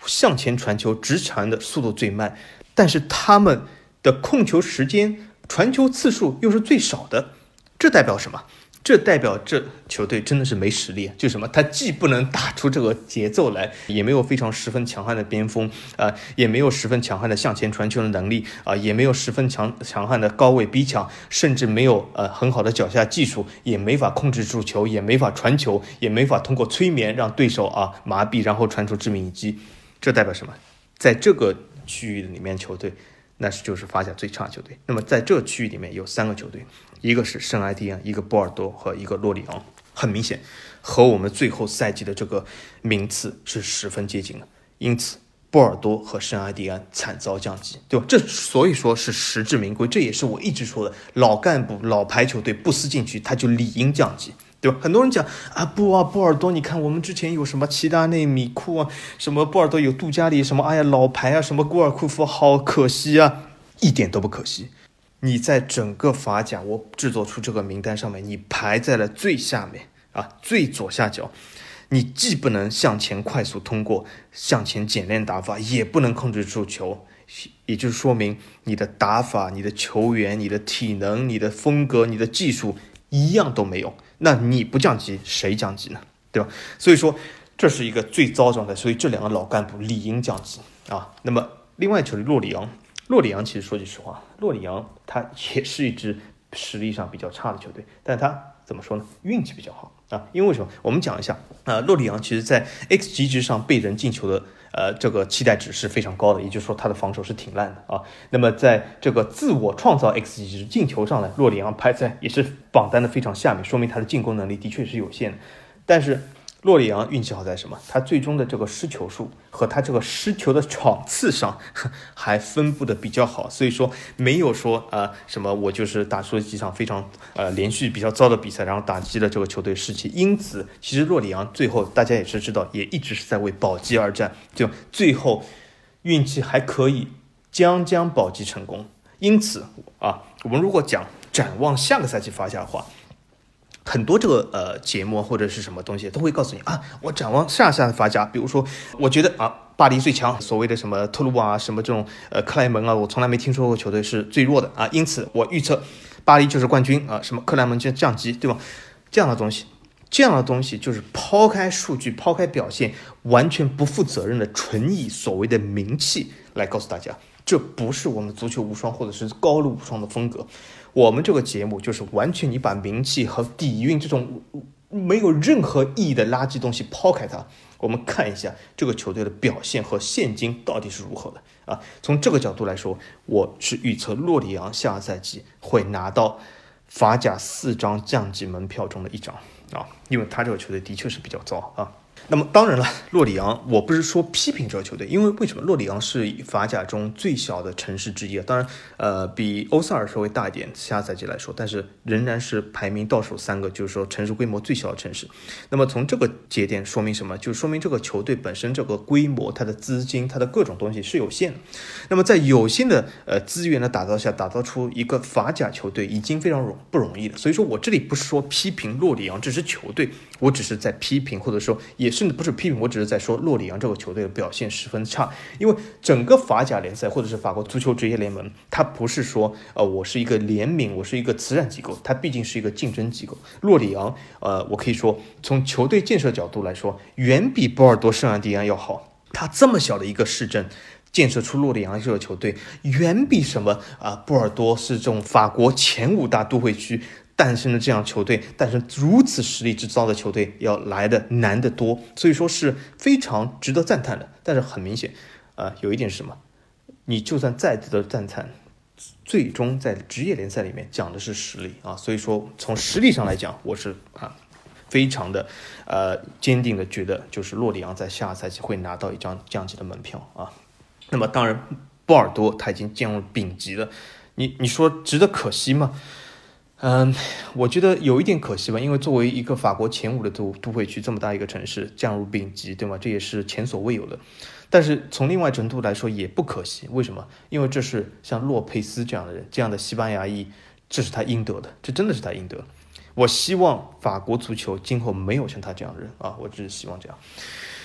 向前传球直传的速度最慢，但是他们的控球时间、传球次数又是最少的。这代表什么？这代表这球队真的是没实力，就什么，他既不能打出这个节奏来，也没有非常十分强悍的边锋也没有十分强悍的向前传球的能力也没有十分强悍的高位逼抢，甚至没有很好的脚下技术，也没法控制住球，也没法传球，也没法通过催眠让对手麻痹，然后传出致命一击。这代表什么？在这个区域里面，球队那就是法甲最差球队。那么在这个区域里面有3个球队，一个是圣埃蒂安，一个波尔多和一个洛里昂。很明显和我们最后赛季的这个名次是十分接近的，因此波尔多和圣埃蒂安惨遭降级，对吧？这所以说是实至名归，这也是我一直说的，老干部老牌球队不思进取，他就理应降级，对吧？很多人讲波尔多，你看我们之前有什么齐达内、米库什么波尔多有杜加里，什么老牌什么戈尔库夫，好可惜一点都不可惜。你在整个法甲我制作出这个名单上面，你排在了最下面最左下角，你既不能向前快速通过，向前简练打法，也不能控制住球，也就是说明你的打法、你的球员、你的体能、你的风格、你的技术一样都没有，那你不降级谁降级呢？对吧？所以说这是一个最糟状态，所以这2个老干部理应降级那么另外球队洛里昂其实说句实话，洛里昂他也是一支实力上比较差的球队，但他怎么说呢？运气比较好因为为什么？我们讲一下洛里昂其实在 XG 值上被人进球的这个期待值是非常高的，也就是说他的防守是挺烂的那么在这个自我创造 XG 值进球上来，洛里昂排在也是榜单的非常下面，说明他的进攻能力的确是有限的。但是洛里昂运气好在什么？他最终的这个失球数和他这个失球的场次上还分布的比较好，所以说没有说什么我就是打出了几场非常连续比较糟的比赛，然后打击了这个球队士气。因此其实洛里昂最后大家也是知道，也一直是在为保级而战，就最后运气还可以将保级成功。因此我们如果展望下个赛季法甲的话，很多这个节目或者是什么东西都会告诉你我展望下的法甲，比如说我觉得巴黎最强，所谓的什么特鲁瓦什么这种克莱门我从来没听说过球队是最弱的因此我预测巴黎就是冠军什么克莱门就降级，对吧？这样的东西就是抛开数据、抛开表现，完全不负责任的纯以所谓的名气来告诉大家，这不是我们足球无双或者是高路无双的风格。我们这个节目就是完全你把名气和底蕴这种没有任何意义的垃圾东西抛开它，我们看一下这个球队的表现和现今到底是如何的从这个角度来说，我是预测洛里昂下赛季会拿到法甲4张降级门票中的1张因为他这个球队的确是比较糟那么当然了，洛里昂我不是说批评这个球队，因为为什么？洛里昂是法甲中最小的城市之一当然比欧塞尔稍微大一点，下赛季来说，但是仍然是排名倒数3个，就是说城市规模最小的城市。那么从这个节点说明什么？就说明这个球队本身这个规模、它的资金、它的各种东西是有限的。那么在有限的资源的打造下，打造出一个法甲球队已经非常不容易了。所以说我这里不是说批评洛里昂这支球队，我只是在批评，或者说也甚至不是批评，我只是在说洛里昂这个球队的表现十分差。因为整个法甲联赛或者是法国足球职业联盟，它不是说我是一个联名，我是一个慈善机构，它毕竟是一个竞争机构。洛里昂我可以说从球队建设角度来说，远比波尔多圣安蒂安要好。它这么小的一个市镇建设出洛里昂这个球队，远比什么波尔多是这种法国前5大都会区诞生的这样球队，但是如此实力之糟的球队要来的难得多，所以说是非常值得赞叹的。但是很明显有一点是什么？你就算再值得赞叹，最终在职业联赛里面讲的是实力所以说从实力上来讲，我是非常的坚定的觉得，就是洛里昂在下赛季会拿到1张降级的门票那么当然波尔多他已经降入丙级了，你说值得可惜吗？我觉得有一点可惜吧，因为作为一个法国前5的都会区这么大一个城市降入丙级，对吗？这也是前所未有的。但是从另外程度来说也不可惜，为什么？因为这是像洛佩斯这样的人，这样的西班牙裔，这是他应得的，这真的是他应得。我希望法国足球今后没有像他这样的人我只是希望这样。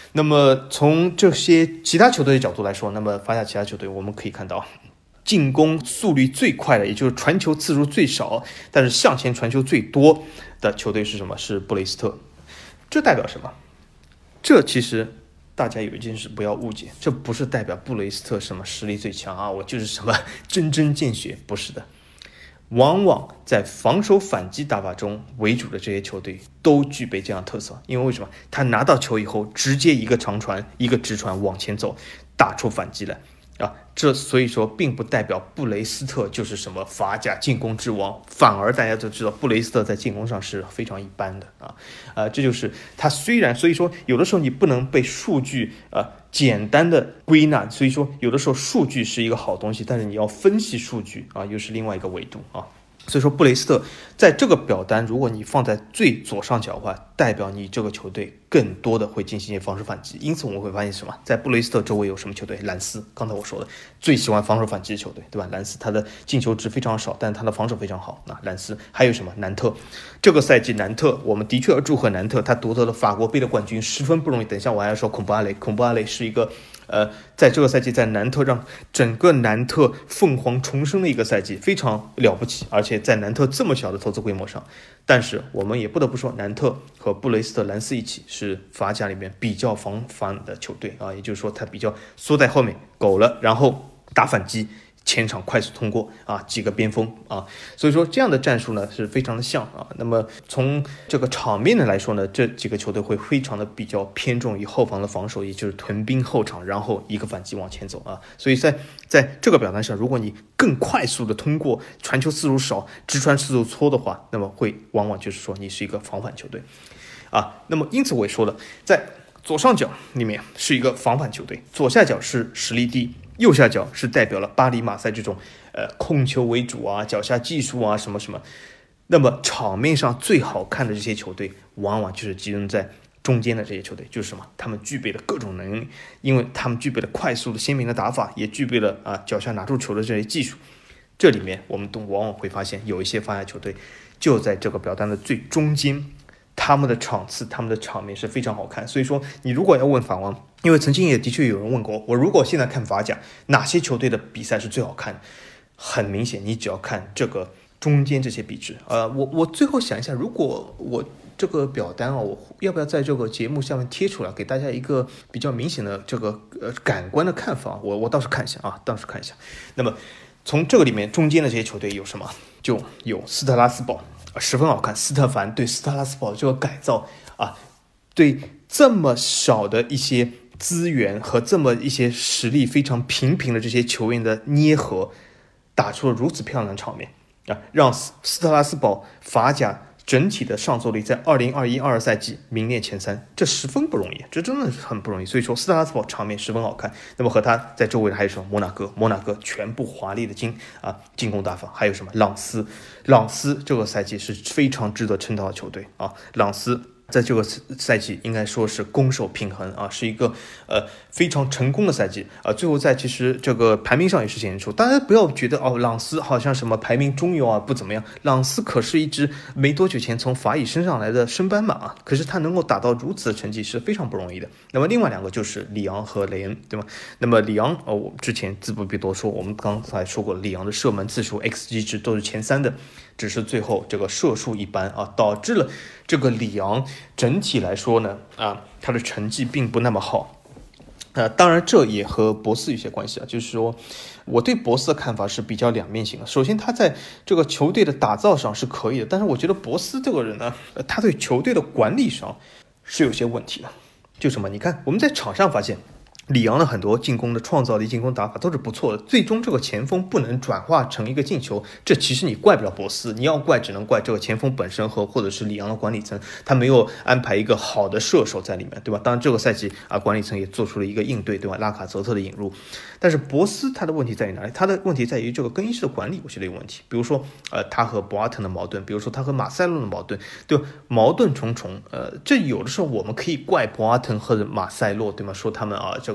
那么从这些其他球队的角度来说，那么法甲其他球队我们可以看到，进攻速率最快的，也就是传球次数最少，但是向前传球最多的球队是什么？是布雷斯特。这代表什么？这其实大家有一件事不要误解，这不是代表布雷斯特什么实力最强啊，我就是什么针针见血，不是的。往往在防守反击打法中为主的这些球队都具备这样的特色，因为为什么？他拿到球以后，直接一个长传一个直传往前走，打出反击来啊！这所以说并不代表布雷斯特就是什么法甲进攻之王，反而大家都知道布雷斯特在进攻上是非常一般的这就是他虽然，所以说有的时候你不能被数据简单的归纳，所以说有的时候数据是一个好东西，但是你要分析数据又是另外一个维度所以说布雷斯特在这个表单，如果你放在最左上角的话，代表你这个球队更多的会进行一些防守反击。因此我们会发现什么？在布雷斯特周围有什么球队？兰斯，刚才我说的最喜欢防守反击的球队，对吧？兰斯他的进球值非常少，但他的防守非常好。那兰斯还有什么？南特。这个赛季南特，我们的确要祝贺南特，他夺得了法国杯的冠军，十分不容易。等一下我还要说孔布阿雷是一个在这个赛季在南特让整个南特凤凰重生的一个赛季，非常了不起，而且在南特这么小的投资规模上，但是我们也不得不说，南特和布雷斯特、兰斯一起是法甲里面比较防反的球队也就是说他比较缩在后面苟了，然后打反击，前场快速通过几个边锋所以说这样的战术呢是非常的像那么从这个场面的来说呢，这几个球队会非常的比较偏重于后防的防守，也就是屯兵后场，然后一个反击往前走所以在这个表单上，如果你更快速的通过，传球次数少，直传次数粗的话，那么往往就是说你是一个防反球队那么因此我也说了，在左上角里面是一个防反球队，左下角是实力低，右下角是代表了巴黎、马赛这种控球为主脚下技术什么什么。那么场面上最好看的这些球队，往往就是集中在中间的这些球队，就是什么？他们具备了各种能力，因为他们具备了快速的鲜明的打法，也具备了脚下拿住球的这些技术。这里面我们都往往会发现，有一些法甲球队就在这个表单的最中间，他们的场次、他们的场面是非常好看。所以说，你如果要问法王，因为曾经也的确有人问过我，如果现在看法甲，哪些球队的比赛是最好看的？很明显，你只要看这个中间这些比值。我最后想一下，如果我这个表单我要不要在这个节目下面贴出来，给大家一个比较明显的这个感官的看法？我倒是看一下那么从这个里面中间的这些球队有什么？就有斯特拉斯堡，十分好看。斯特凡对斯特拉斯堡这个改造对这么少的一些资源和这么一些实力非常平平的这些球员的捏合，打出了如此漂亮的场面让斯特拉斯堡法甲整体的上座率在2021-22赛季名列前3，这十分不容易，这真的是很不容易。所以说斯特拉斯堡场面十分好看。那么和他在周围的还有什么？摩纳哥全部华丽的进攻打法，还有什么？朗斯这个赛季是非常值得称道的球队朗斯在这个赛季应该说是攻守平衡是一个非常成功的赛季最后在其实这个排名上也是显示出，大家不要觉得朗斯好像什么排名中游不怎么样，朗斯可是一支没多久前从法乙升上来的升班马可是他能够打到如此的成绩是非常不容易的。那么另外两个就是里昂和雷恩，对吗？那么里昂我之前自不必多说，我们刚才说过里昂的射门次数 XG 值都是前3的，只是最后这个射术一般导致了这个里昂整体来说呢他的成绩并不那么好。当然这也和博斯有些关系就是说我对博斯的看法是比较两面性的。首先他在这个球队的打造上是可以的，但是我觉得博斯这个人呢他对球队的管理上是有些问题的。就什么？你看我们在场上发现里昂的很多进攻的创造力、进攻打法都是不错的，最终这个前锋不能转化成一个进球，这其实你怪不了博斯，你要怪只能怪这个前锋本身或者是里昂的管理层，他没有安排一个好的射手在里面，对吧？当然这个赛季管理层也做出了一个应对，对吧？拉卡泽特的引入，但是博斯他的问题在于哪里？他的问题在于这个更衣室的管理，我觉得有问题。比如说他和博阿滕的矛盾，比如说他和马塞洛的矛盾，对吧？矛盾重重。这有的时候我们可以怪博阿滕和马塞洛，对吗？说他们这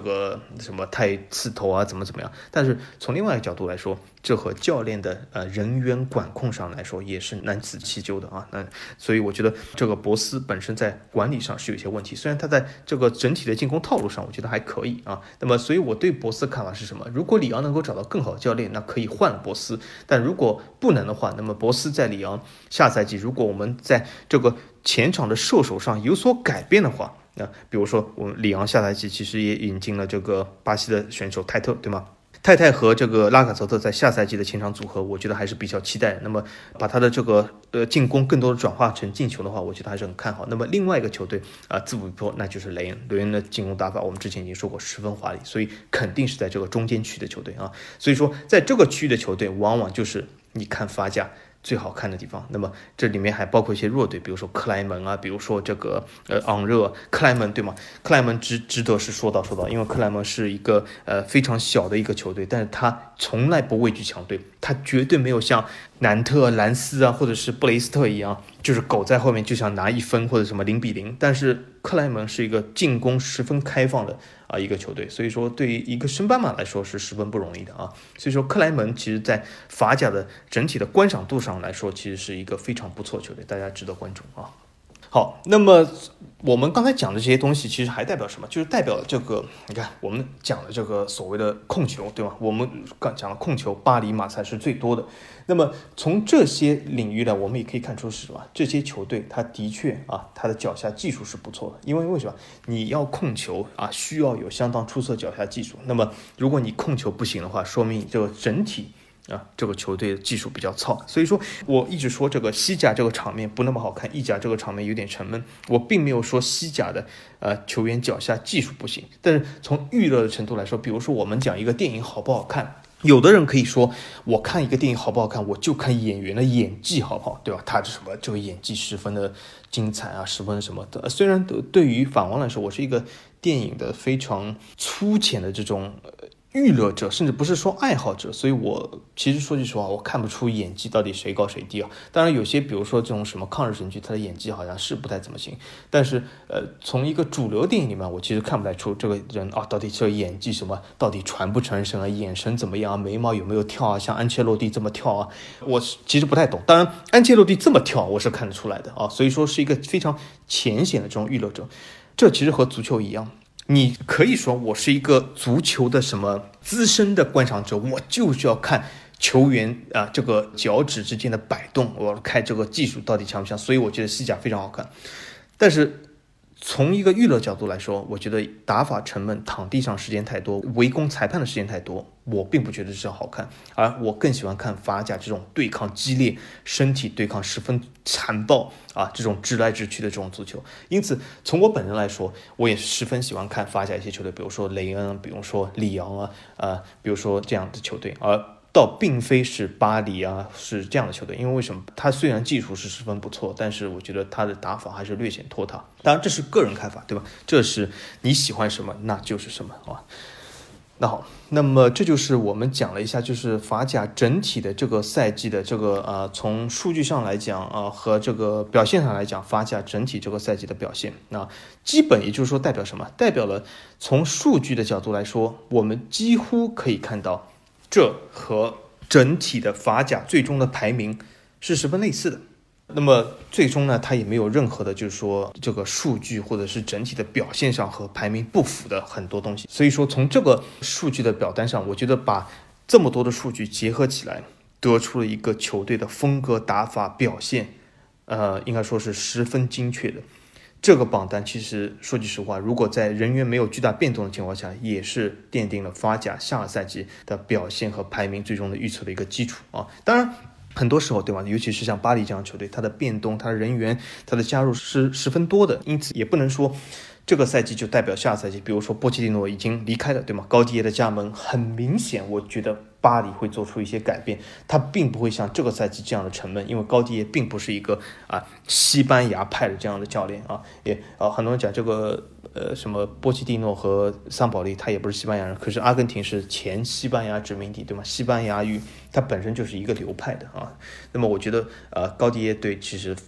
个什么太刺头啊，怎么样。但是从另外一个角度来说，这和教练的人员管控上来说也是难辞其咎的啊。所以我觉得这个博斯本身在管理上是有些问题，虽然他在这个整体的进攻套路上我觉得还可以啊。那么所以我对博斯的看法是什么？如果里昂能够找到更好的教练，那可以换了博斯，但如果不能的话，那么博斯在里昂下赛季，如果我们在这个前场的射手上有所改变的话，比如说我们里昂下赛季其实也引进了这个巴西的选手泰特，对吗？泰和这个拉卡泽特在下赛季的前场组合，我觉得还是比较期待的。那么把他的这个进攻更多的转化成进球的话，我觉得还是很看好。那么另外一个球队自补一波，那就是雷恩的进攻打法，我们之前已经说过十分华丽，所以肯定是在这个中间区的球队啊。所以说在这个区域的球队，往往就是你看法甲最好看的地方。那么这里面还包括一些弱队，比如说克莱门啊，比如说这个昂热，克莱门对吗？克莱门值得是说到，因为克莱门是一个非常小的一个球队，但是他从来不畏惧强队，他绝对没有像南特、兰斯啊或者是布雷斯特一样，就是狗在后面就想拿1分或者什么0-0，但是克莱门是一个进攻十分开放的一个球队，所以说对于一个升班马来说是十分不容易的啊。所以说克莱门其实在法甲的整体的观赏度上来说，其实是一个非常不错的球队，大家值得关注啊。好，那么我们刚才讲的这些东西其实还代表什么？就是代表了这个，你看我们讲的这个所谓的控球，对吗？我们刚讲了控球，巴黎、马赛是最多的。那么从这些领域呢，我们也可以看出是什么？这些球队它的确它的脚下技术是不错的。因为什么？你要控球需要有相当出色脚下技术。那么如果你控球不行的话，说明这个整体这个球队的技术比较糙，所以说我一直说这个西甲这个场面不那么好看，意甲这个场面有点沉闷。我并没有说西甲的球员脚下技术不行，但是从娱乐的程度来说，比如说我们讲一个电影好不好看，有的人可以说我看一个电影好不好看，我就看演员的演技好不好，对吧？他这个演技十分的精彩十分什么的。虽然对于法王来说，我是一个电影的非常粗浅的这种娱乐者，甚至不是说爱好者，所以我其实说句实话，我看不出演技到底谁高谁低当然有些比如说这种什么抗日神剧，他的演技好像是不太怎么行，但是从一个主流电影里面，我其实看不太出这个人到底这个演技什么，到底传不传神眼神怎么样眉毛有没有跳像安切洛蒂这么跳我其实不太懂。当然安切洛蒂这么跳我是看得出来的所以说是一个非常浅显的这种娱乐者。这其实和足球一样，你可以说我是一个足球的什么资深的观赏者，我就是要看球员这个脚趾之间的摆动，我要看这个技术到底强不强，所以我觉得西甲非常好看。但是从一个娱乐角度来说，我觉得打法沉闷，躺地上时间太多，围攻裁判的时间太多，我并不觉得这好看，而我更喜欢看法甲这种对抗激烈、身体对抗十分残暴这种直来直去的这种足球。因此从我本人来说，我也十分喜欢看法甲一些球队，比如说雷恩，比如说里昂比如说这样的球队，而倒并非是巴黎是这样的球队。因为为什么？他虽然技术是十分不错，但是我觉得他的打法还是略显拖沓。当然这是个人看法，对吧？这是你喜欢什么那就是什么那好，那么这就是我们讲了一下，就是法甲整体的这个赛季的这个从数据上来讲和这个表现上来讲，法甲整体这个赛季的表现，那基本也就是说代表什么？代表了从数据的角度来说，我们几乎可以看到这和整体的法甲最终的排名是十分类似的。那么最终呢，它也没有任何的就是说这个数据或者是整体的表现上和排名不符的很多东西。所以说从这个数据的表单上，我觉得把这么多的数据结合起来，得出了一个球队的风格打法表现应该说是十分精确的。这个榜单其实说句实话，如果在人员没有巨大变动的情况下，也是奠定了法甲下个赛季的表现和排名最终的预测的一个基础当然很多时候对吧，尤其是像巴黎这样的球队，它的变动，它的人员，它的加入是十分多的，因此也不能说这个赛季就代表下赛季。比如说波切蒂诺已经离开了，对吗？高迪耶的加盟很明显，我觉得巴黎会做出一些改变，他并不会像这个赛季这样的沉闷，因为高迪耶并不是一个西班牙派的这样的教练也很多人讲这个什么波切蒂诺和桑保利他也不是西班牙人，可是阿根廷是前西班牙殖民地，对吗？西班牙语它本身就是一个流派的那么我觉得高迪耶对其实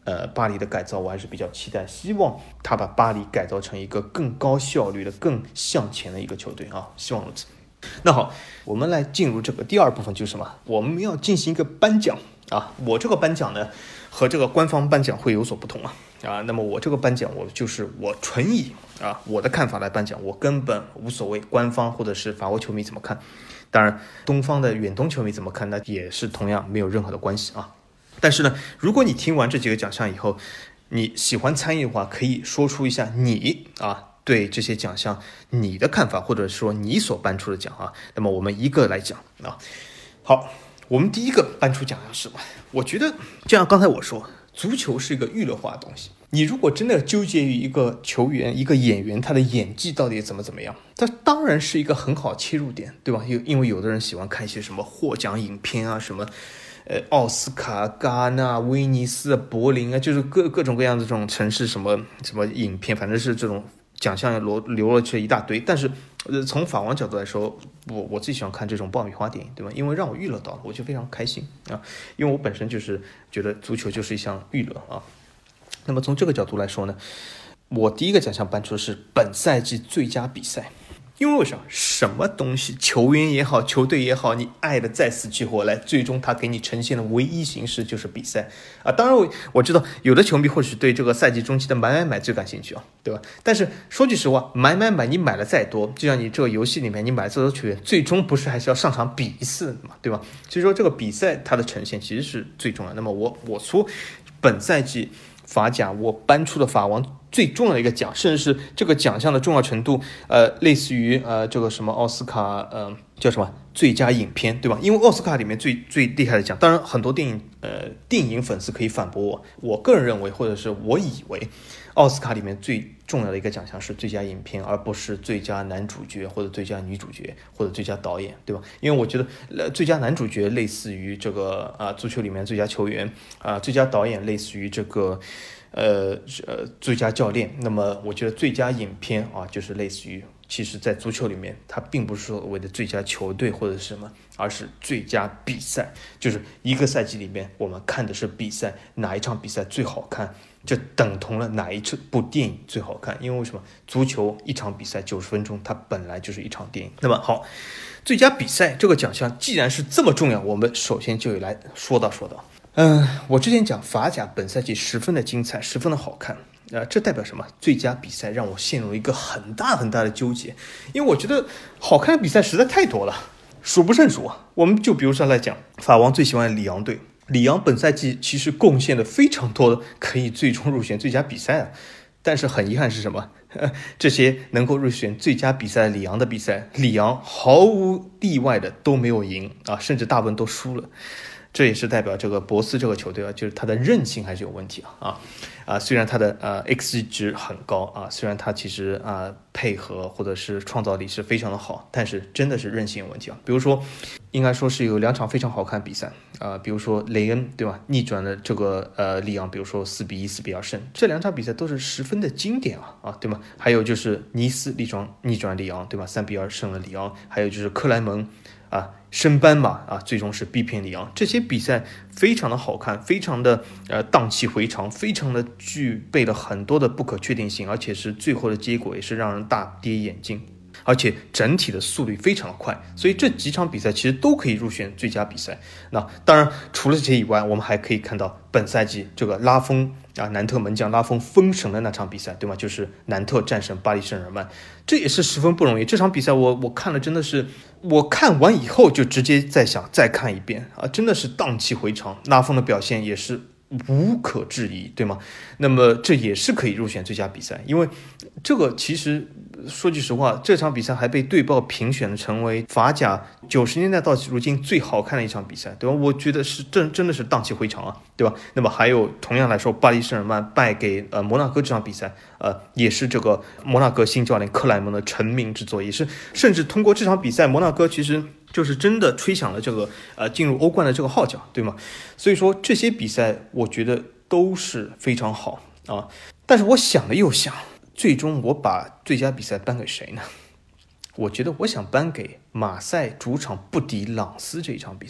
巴黎的改造我还是比较期待，希望他把巴黎改造成一个更高效率的、更向前的一个球队啊，希望如此。那好，我们来进入这个第二部分，就是什么？我们要进行一个颁奖啊。我这个颁奖呢，和这个官方颁奖会有所不同啊。那么我这个颁奖，我纯以我的看法来颁奖，我根本无所谓官方或者是法国球迷怎么看。当然，东方的远东球迷怎么看，那也是同样没有任何的关系啊。但是呢，如果你听完这几个奖项以后，你喜欢参与的话，可以说出一下你对这些奖项你的看法，或者说你所颁出的奖啊。那么我们一个来讲啊。好，我们第一个颁出奖项是什么？我觉得就像刚才我说，足球是一个娱乐化的东西。你如果真的纠结于一个球员、一个演员他的演技到底怎么样，这当然是一个很好切入点，对吧？因为有的人喜欢看一些什么获奖影片啊，什么奥斯卡、戛纳、威尼斯、柏林啊，就是各种各样的这种城市什么影片，反正是这种奖项留了这一大堆。但是从法王角度来说，我最喜欢看这种爆米花电影，对吧？因为让我娱乐到了，我就非常开心啊。因为我本身就是觉得足球就是一项娱乐啊。那么从这个角度来说呢，我第一个奖项颁出的是本赛季最佳比赛。因为什么东西，球员也好，球队也好，你爱的再死去活来，最终他给你呈现的唯一形式就是比赛啊。当然我知道有的球迷或许对这个赛季中期的买最感兴趣啊，对吧？但是说句实话，买你买了再多，就像你这个游戏里面你买了再多球员，最终不是还是要上场比一次嘛，对吧？所以说这个比赛它的呈现其实是最重要的。那么我说本赛季法甲我颁出的法王最重要的一个奖，甚至是这个奖项的重要程度，类似于这个什么奥斯卡，叫什么最佳影片，对吧？因为奥斯卡里面最厉害的奖，当然很多电影粉丝可以反驳我个人认为，或者是我以为，奥斯卡里面最重要的一个奖项是最佳影片，而不是最佳男主角或者最佳女主角或者最佳导演，对吧？因为我觉得最佳男主角类似于这个足球里面最佳球员最佳导演类似于这个最佳教练。那么我觉得最佳影片就是类似于，其实在足球里面它并不是所谓的最佳球队或者是什么，而是最佳比赛，就是一个赛季里面我们看的是比赛，哪一场比赛最好看，这等同了哪一部电影最好看。因为为什么？足球一场比赛90分钟，它本来就是一场电影。那么好，最佳比赛这个奖项既然是这么重要，我们首先就来说到我之前讲法甲本赛季十分的精彩，十分的好看，这代表什么？最佳比赛让我陷入一个很大的纠结，因为我觉得好看的比赛实在太多了，数不胜数啊。我们就比如说来讲，法王最喜欢的里昂队，里昂本赛季其实贡献了非常多的可以最终入选最佳比赛但是很遗憾是什么？这些能够入选最佳比赛里昂的比赛，里昂毫无例外的都没有赢甚至大部分都输了。这也是代表这个博斯这个球队就是他的韧性还是有问题虽然他的XG 值很高虽然他其实配合或者是创造力是非常的好，但是真的是韧性有问题比如说应该说是有2场非常好看比赛比如说雷恩对吧，逆转了这个里昂，比如说4-1 4-2胜，这2场比赛都是十分的经典对吗？还有就是尼斯逆转里昂对吧，3-2胜了里昂，还有就是克莱蒙升班嘛最终是逼平里昂，这些比赛非常的好看，非常的荡气回肠，非常的具备了很多的不可确定性，而且是最后的结果也是让人大跌眼镜，而且整体的速率非常的快，所以这几场比赛其实都可以入选最佳比赛。那当然除了这些以外，我们还可以看到本赛季这个拉风南特门将拉风封神的那场比赛，对吗？就是南特战胜巴黎圣日耳曼，这也是十分不容易。这场比赛我看了，真的是我看完以后就直接在想再看一遍真的是荡气回肠。拉风的表现也是无可置疑，对吗？那么这也是可以入选最佳比赛，因为这个其实说句实话，这场比赛还被队报评选成为法甲90年代到如今最好看的一场比赛，对吧？我觉得是真的是荡气回肠对吧？那么还有同样来说，巴黎圣日耳曼败给摩纳哥这场比赛，也是这个摩纳哥新教练克莱蒙的成名之作，也是甚至通过这场比赛，摩纳哥其实就是真的吹响了这个进入欧冠的这个号角，对吗？所以说这些比赛我觉得都是非常好但是我想了又想，最终我把最佳比赛颁给谁呢？我觉得我想颁给马赛主场不敌朗斯这一场比赛。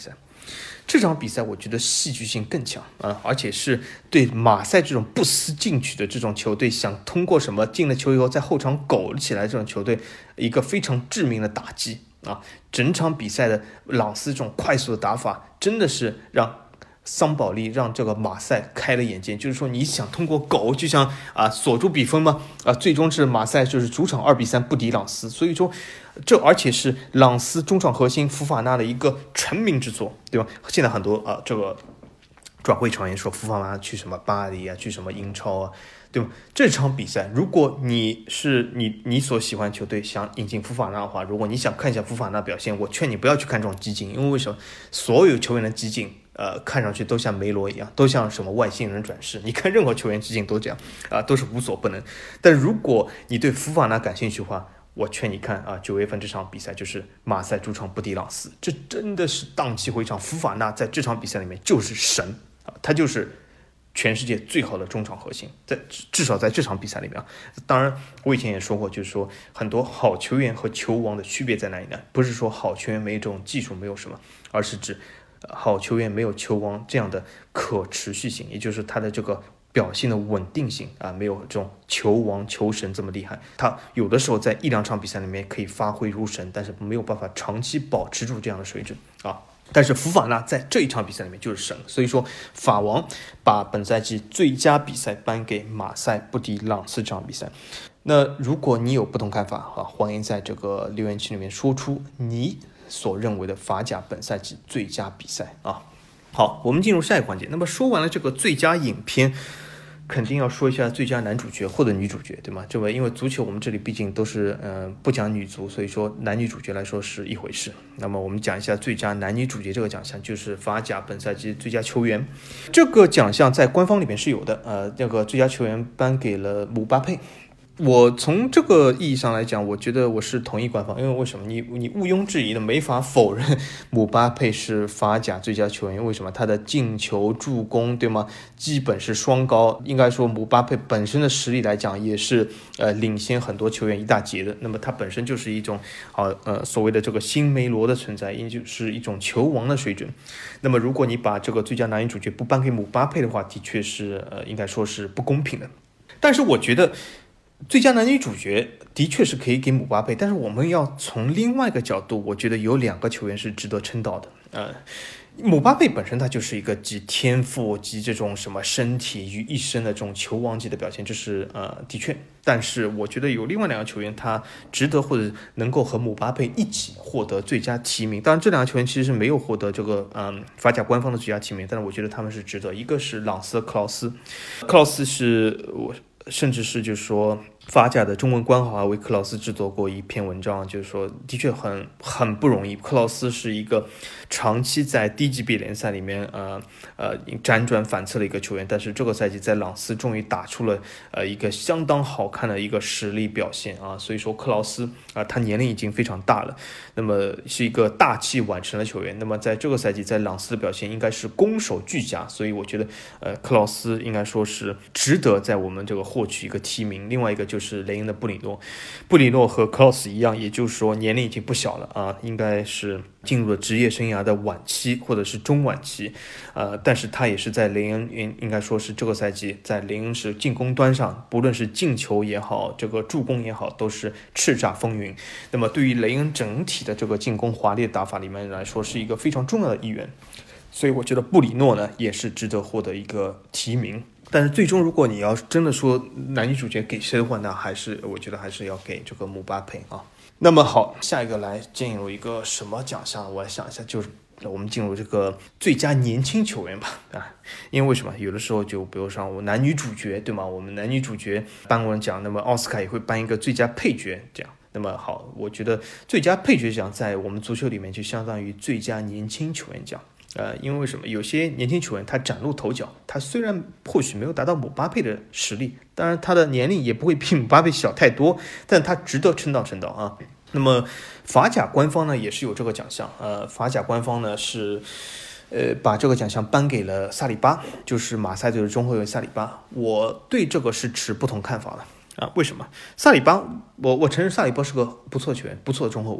这场比赛我觉得戏剧性更强啊，而且是对马赛这种不思进取的这种球队，想通过什么进了球以后在后场苟起来这种球队一个非常致命的打击啊！整场比赛的朗斯这种快速的打法，真的是让桑保利让这个马赛开了眼界，就是说你想通过苟就像锁住比分嘛最终是马赛就是主场2-3不敌朗斯，所以说这而且是朗斯中场核心福法纳的一个成名之作，对吧？现在很多这个转会传言说福法纳去什么巴黎去什么英超对吧？这场比赛如果你是你所喜欢球队想引进福法纳的话，如果你想看一下福法纳表现，我劝你不要去看这种激进，因为为什么？所有球员的激进看上去都像梅罗一样，都像什么外星人转世。你看任何球员激进都这样都是无所不能。但如果你对福法纳感兴趣的话，我劝你看9月份这场比赛，就是马赛主场不敌朗斯，这真的是荡气回肠。福法纳在这场比赛里面就是神他就是全世界最好的中场核心，至少在这场比赛里面当然我以前也说过，就是说很多好球员和球王的区别在哪里呢？不是说好球员没有这种技术没有什么，而是指好球员没有球王这样的可持续性，也就是他的这个表现的稳定性没有这种球王球神这么厉害。他有的时候在1-2场比赛里面可以发挥如神，但是没有办法长期保持住这样的水准但是福法纳在这一场比赛里面就是神，所以说法王把本赛季最佳比赛颁给马赛不敌朗斯这场比赛。那如果你有不同看法欢迎在这个留言区里面说出你所认为的法甲本赛季最佳比赛好，我们进入下一个环节。那么说完了这个最佳影片，肯定要说一下最佳男主角或者女主角，对吗？这个因为足球我们这里毕竟都是不讲女足，所以说男女主角来说是一回事。那么我们讲一下最佳男女主角这个奖项，就是法甲本赛季最佳球员。这个奖项在官方里面是有的，那个最佳球员颁给了姆巴佩。我从这个意义上来讲，我觉得我是同意官方，因为为什么？你毋庸置疑的没法否认姆巴佩是法甲最佳球员，为什么？他的进球、助攻，对吗？基本是双高，应该说姆巴佩本身的实力来讲，也是领先很多球员一大截的。那么他本身就是一种所谓的这个新梅罗的存在，也就是一种球王的水准。那么如果你把这个最佳男女主角不颁给姆巴佩的话，的确是应该说是不公平的。但是我觉得最佳男女主角的确是可以给姆巴佩，但是我们要从另外一个角度，我觉得有2个球员是值得称道的。姆巴佩本身他就是一个集天赋及这种什么身体于一身的这种球王级的表现，这是的确。但是我觉得有另外2个球员他值得或者能够和姆巴佩一起获得最佳提名。当然这2个球员其实是没有获得这个法甲官方的最佳提名，但是我觉得他们是值得。一个是朗斯克劳斯，克劳斯是我甚至是就是说法甲的中文官号为克劳斯制作过一篇文章，就是说的确很不容易。克劳斯是一个长期在低级别联赛里面辗转反侧的一个球员，但是这个赛季在朗斯终于打出了一个相当好看的一个实力表现所以说克劳斯他年龄已经非常大了，那么是一个大器晚成的球员。那么在这个赛季在朗斯的表现应该是攻守俱佳，所以我觉得克劳斯应该说是值得在我们这个获取一个提名。另外一个就是雷恩的布里诺和克劳斯一样，也就是说年龄已经不小了应该是进入了职业生涯的晚期或者是中晚期但是他也是在雷恩应该说是这个赛季在雷恩是进攻端上，不论是进球也好这个助攻也好都是叱咤风云。那么对于雷恩整体的这个进攻华丽的打法里面来说是一个非常重要的一员，所以我觉得布里诺呢也是值得获得一个提名。但是最终如果你要真的说男女主角给谁的话，那我觉得还是要给这个姆巴佩那么好，下一个来进入一个什么奖项？我来想一下，就是我们进入这个最佳年轻球员吧因为为什么有的时候就比如说我男女主角对吗？我们男女主角颁过奖，那么奥斯卡也会颁一个最佳配角这样。那么好，我觉得最佳配角奖在我们足球里面就相当于最佳年轻球员奖。因为为什么有些年轻球员他崭露头角，他虽然或许没有达到姆巴佩的实力，当然他的年龄也不会比姆巴佩小太多，但他值得称道那么法甲官方呢也是有这个奖项法甲官方呢是把这个奖项颁给了萨里巴，就是马赛队的中后卫萨里巴。我对这个是持不同看法的为什么？萨里巴我承认萨里巴是个不错球员，不错的中后卫，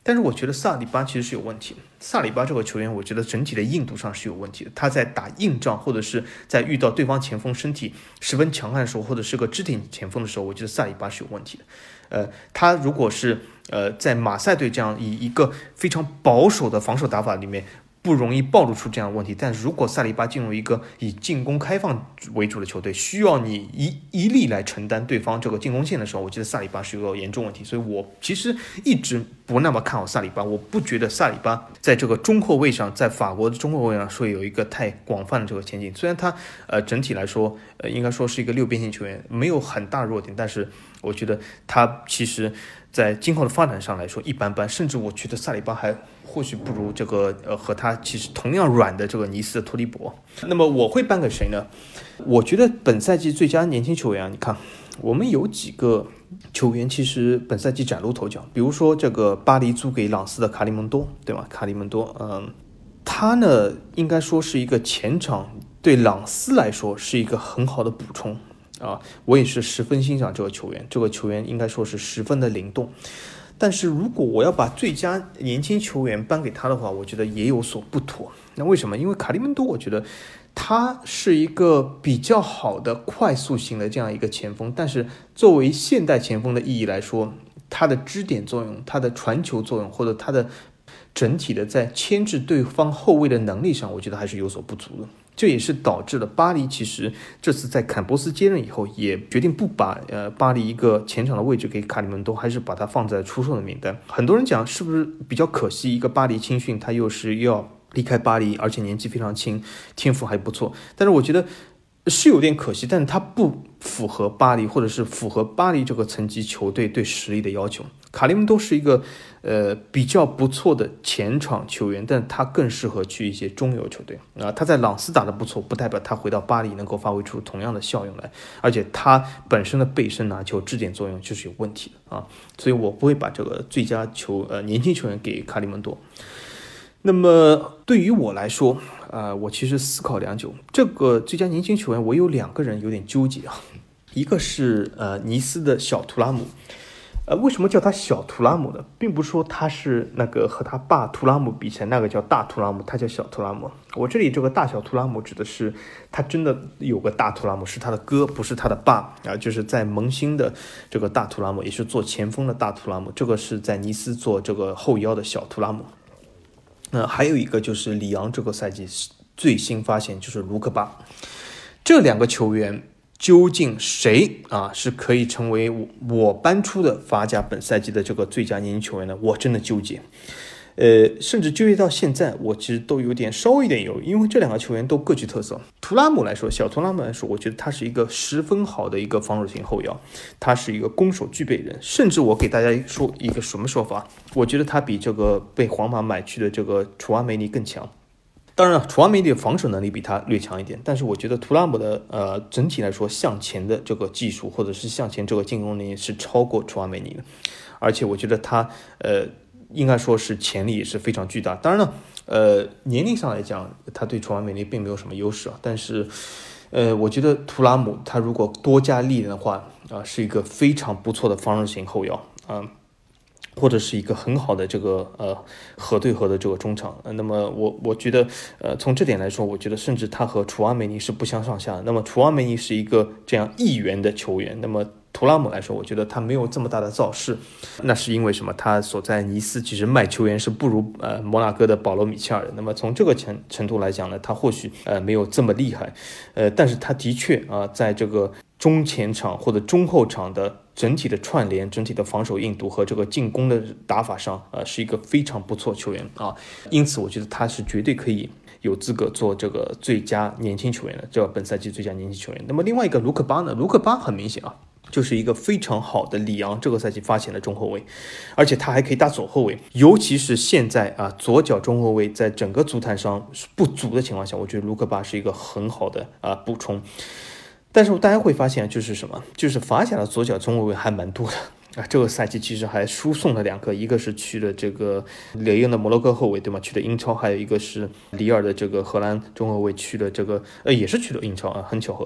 但是我觉得萨里巴其实是有问题的。萨里巴这个球员，我觉得整体的硬度上是有问题的。他在打硬仗，或者是在遇到对方前锋身体十分强悍的时候，或者是个肢体前锋的时候，我觉得萨里巴是有问题的。他如果是在马赛队这样以一个非常保守的防守打法里面，不容易暴露出这样的问题。但如果萨里巴进入一个以进攻开放为主的球队，需要你一力来承担对方这个进攻线的时候，我觉得萨里巴是有个严重问题。所以我其实一直不那么看好萨里巴，我不觉得萨里巴在这个中后卫上，在法国的中后卫上说有一个太广泛的这个前景。虽然他整体来说应该说是一个六边形球员，没有很大弱点，但是我觉得他其实在今后的发展上来说一般般，甚至我觉得萨里巴还或许不如这个和他其实同样软的这个尼斯的托利博。那么我会颁给谁呢？我觉得本赛季最佳年轻球员你看我们有几个球员其实本赛季崭露头角，比如说这个巴黎租给朗斯的卡利蒙多，对吧？卡利蒙多，他呢应该说是一个前场对朗斯来说是一个很好的补充啊，我也是十分欣赏这个球员，这个球员应该说是十分的灵动。但是如果我要把最佳年轻球员颁给他的话，我觉得也有所不妥。那为什么？因为卡利蒙多我觉得他是一个比较好的快速型的这样一个前锋，但是作为现代前锋的意义来说，他的支点作用，他的传球作用，或者他的整体的在牵制对方后卫的能力上，我觉得还是有所不足的。这也是导致了巴黎其实这次在坎波斯接任以后，也决定不把巴黎一个前场的位置给卡里蒙多，还是把他放在出售的名单。很多人讲是不是比较可惜，一个巴黎青训他又要离开巴黎，而且年纪非常轻，天赋还不错，但是我觉得是有点可惜，但是他不符合巴黎，或者是符合巴黎这个层级球队对实力的要求。卡利蒙多是一个比较不错的前场球员，但他更适合去一些中游球队啊。他在朗斯打得不错，不代表他回到巴黎能够发挥出同样的效用来，而且他本身的背身拿球支点作用就是有问题的啊，所以我不会把这个最佳年轻球员给卡利蒙多。那么对于我来说我其实思考良久，这个最佳年轻球员我有两个人有点纠结啊，一个是尼斯的小图拉姆。为什么叫他小图拉姆呢？并不是说他是那个和他爸图拉姆比起来那个叫大图拉姆，他叫小图拉姆。我这里这个大小图拉姆指的是他真的有个大图拉姆，是他的哥，不是他的爸啊，就是在蒙辛的这个大图拉姆，也是做前锋的大图拉姆，这个是在尼斯做这个后腰的小图拉姆。还有一个就是里昂这个赛季最新发现就是卢克巴，这两个球员究竟谁是可以成为我颁出的法甲本赛季的这个最佳年轻球员呢？我真的纠结，甚至纠结到现在，我其实都稍微有点犹豫，因为这两个球员都各具特色。图拉姆来说，小图拉姆来说，我觉得他是一个十分好的一个防守型后腰，他是一个攻守具备人，甚至我给大家说一个什么说法，我觉得他比这个被皇马买去的这个楚阿梅尼更强。当然了，楚阿梅尼的防守能力比他略强一点，但是我觉得图拉姆的整体来说向前的这个技术或者是向前这个进攻能力是超过楚阿梅尼的，而且我觉得他应该说是潜力也是非常巨大。当然了，年龄上来讲，他对楚阿梅尼并没有什么优势啊，但是我觉得图拉姆他如果多加历练的话是一个非常不错的防守型后腰或者是一个很好的这个核对核的这个中场。那么我觉得从这点来说，我觉得甚至他和楚阿梅尼是不相上下的。那么楚阿梅尼是一个这样一员的球员，那么图拉姆来说，我觉得他没有这么大的造势，那是因为什么？他所在尼斯其实卖球员是不如摩纳哥的保罗米切尔的。那么从这个程度来讲呢，他或许没有这么厉害，但是他的确在这个中前场或者中后场的整体的串联、整体的防守硬度和这个进攻的打法上是一个非常不错球员因此我觉得他是绝对可以有资格做这个最佳年轻球员的，这个本赛季最佳年轻球员。那么另外一个卢克巴呢？卢克巴很明显就是一个非常好的里昂这个赛季发现的中后卫，而且他还可以打左后卫，尤其是现在左脚中后卫在整个足坛上不足的情况下，我觉得卢克巴是一个很好的补充。但是大家会发现就是什么？就是法甲的左脚中后卫还蛮多的这个赛季其实还输送了两个，一个是去了这个雷恩的摩洛哥后卫，对吗？去了英超，还有一个是里尔的这个荷兰中后卫去了这个也是去了英超很巧合。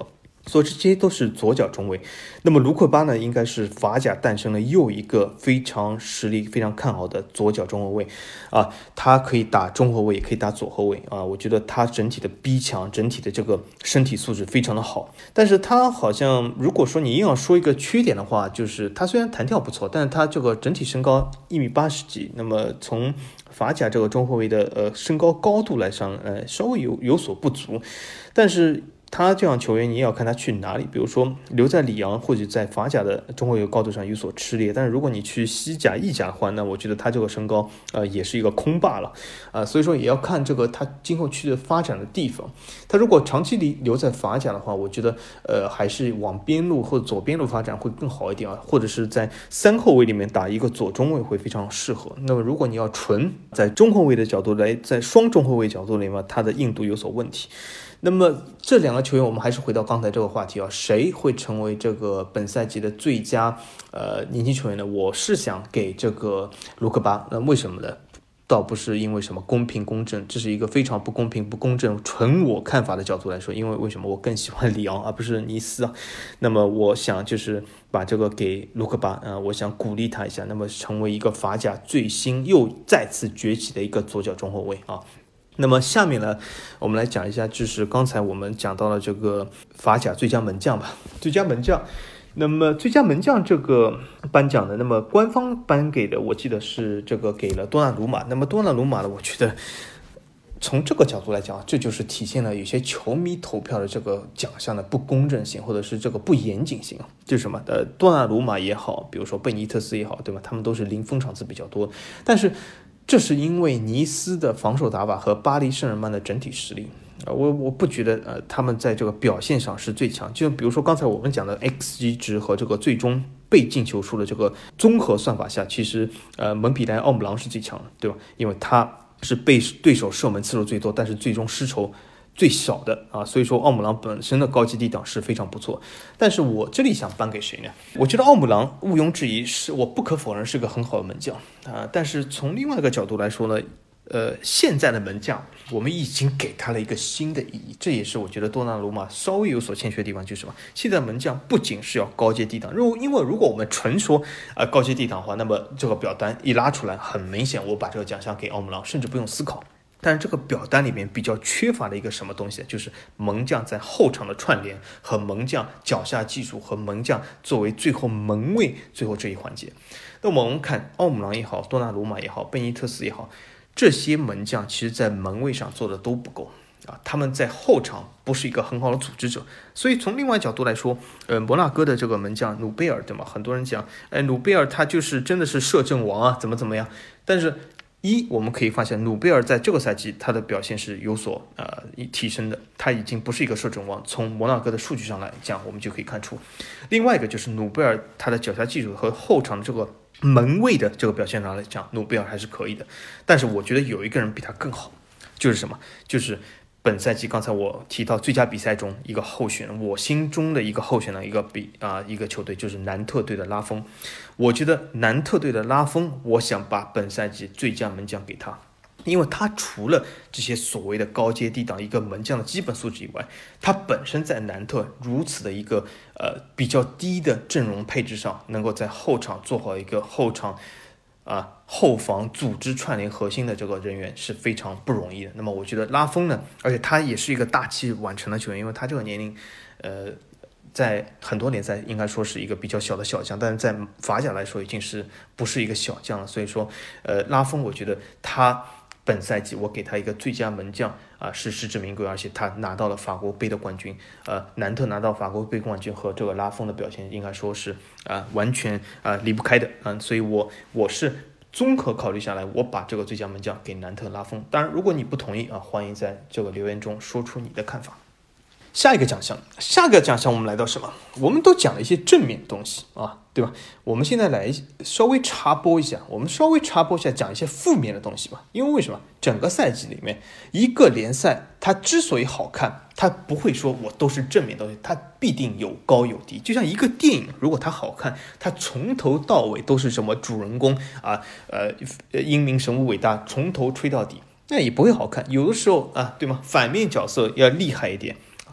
所以这些都是左脚中卫。那么卢克巴呢，应该是法甲诞生了又一个非常实力非常看好的左脚中后卫啊，他可以打中后卫，也可以打左后卫啊。我觉得他整体的逼抢，整体的这个身体素质非常的好。但是他好像，如果说你硬要说一个缺点的话，就是他虽然弹跳不错，但是他这个整体身高1.80米几，那么从法甲这个中后卫的身高高度来上，稍微有所不足，但是他这样球员，你也要看他去哪里。比如说留在里昂或者在法甲的中后卫高度上有所吃力，但是如果你去西甲、意甲的话，那我觉得他这个身高也是一个空霸了所以说也要看这个他今后去的发展的地方。他如果长期留在法甲的话，我觉得还是往边路或者左边路发展会更好一点或者是在三后卫里面打一个左中卫会非常适合。那么如果你要纯在中后卫的角度来，在双中后卫角度里面，他的硬度有所问题。那么这两个球员，我们还是回到刚才这个话题谁会成为这个本赛季的最佳年轻球员呢？我是想给这个卢克巴。那为什么呢？倒不是因为什么公平公正，这是一个非常不公平不公正，纯我看法的角度来说，因为为什么我更喜欢里昂而不是尼斯那么我想就是把这个给卢克巴我想鼓励他一下，那么成为一个法甲最新又再次崛起的一个左脚中后卫那么下面呢，我们来讲一下，就是刚才我们讲到了这个法甲最佳门将吧，最佳门将。那么最佳门将这个颁奖的，那么官方颁给的，我记得是这个给了多纳鲁马。那么多纳鲁马呢，我觉得从这个角度来讲，这就是体现了有些球迷投票的这个奖项的不公正性，或者是这个不严谨性就是什么多纳鲁马也好，比如说贝尼特斯也好，对吧？他们都是零封场次比较多，但是这是因为尼斯的防守打法和巴黎圣日耳曼的整体实力我不觉得他们在这个表现上是最强。就比如说刚才我们讲的 XG 值和这个最终被进球数的这个综合算法下，其实蒙彼莱奥姆朗是最强的，对吧？因为他是被对手射门次数最多，但是最终失球最小的所以说奥姆朗本身的高基地挡是非常不错。但是我这里想颁给谁呢？我觉得奥姆朗毋庸置疑是我不可否认是个很好的门将但是从另外一个角度来说呢，现在的门将我们已经给他了一个新的意义，这也是我觉得多纳鲁马稍微有所欠缺的地方，就是什么？现在门将不仅是要高阶地挡，因为如果我们纯说高阶地挡的话，那么这个表单一拉出来，很明显我把这个奖项给奥姆朗，甚至不用思考。但是这个表单里面比较缺乏的一个什么东西，就是门将在后场的串联和门将脚下技术和门将作为最后门卫最后这一环节。那么我们看奥姆朗也好，多纳鲁马也好，贝尼特斯也好，这些门将其实在门卫上做的都不够他们在后场不是一个很好的组织者。所以从另外角度来说摩纳哥的这个门将努贝尔，对吗？很多人讲努贝尔他就是真的是摄政王怎么样，但是我们可以发现努贝尔在这个赛季他的表现是有所提升的，他已经不是一个摄政王，从摩纳哥的数据上来讲我们就可以看出。另外一个就是努贝尔他的脚下技术和后场的这个门卫的这个表现上来讲，努贝尔还是可以的。但是我觉得有一个人比他更好，就是什么？就是本赛季刚才我提到最佳比赛中一个候选人，我心中的一个候选的一个球队就是南特队的拉风。我觉得南特队的拉风，我想把本赛季最佳门将给他，因为他除了这些所谓的高阶地挡一个门将的基本素质以外，他本身在南特如此的一个比较低的阵容配置上，能够在后场做好一个后场后防组织串联核心的这个人员是非常不容易的。那么我觉得拉风呢，而且他也是一个大器晚成的球员，因为他这个年龄在很多联赛应该说是一个比较小的小将，但是在法甲来说已经是不是一个小将了。所以说拉风我觉得他本赛季我给他一个最佳门将是实至名归，而且他拿到了法国杯的冠军南特拿到法国杯冠军和这个拉风的表现应该说是完全离不开的所以我是综合考虑下来，我把这个最佳门将给南特拉风。当然如果你不同意欢迎在这个留言中说出你的看法。下一个奖项我们来到什么？我们都讲了一些正面的东西对吧？我们现在来稍微插播一下，讲一些负面的东西吧。因为为什么？整个赛季里面，一个联赛它之所以好看，它不会说我都是正面的东西，它必定有高有低。就像一个电影，如果它好看，它从头到尾都是什么主人公英明神武伟大，从头吹到底，那也不会好看。有的时候对吗？反面角色要厉害一点，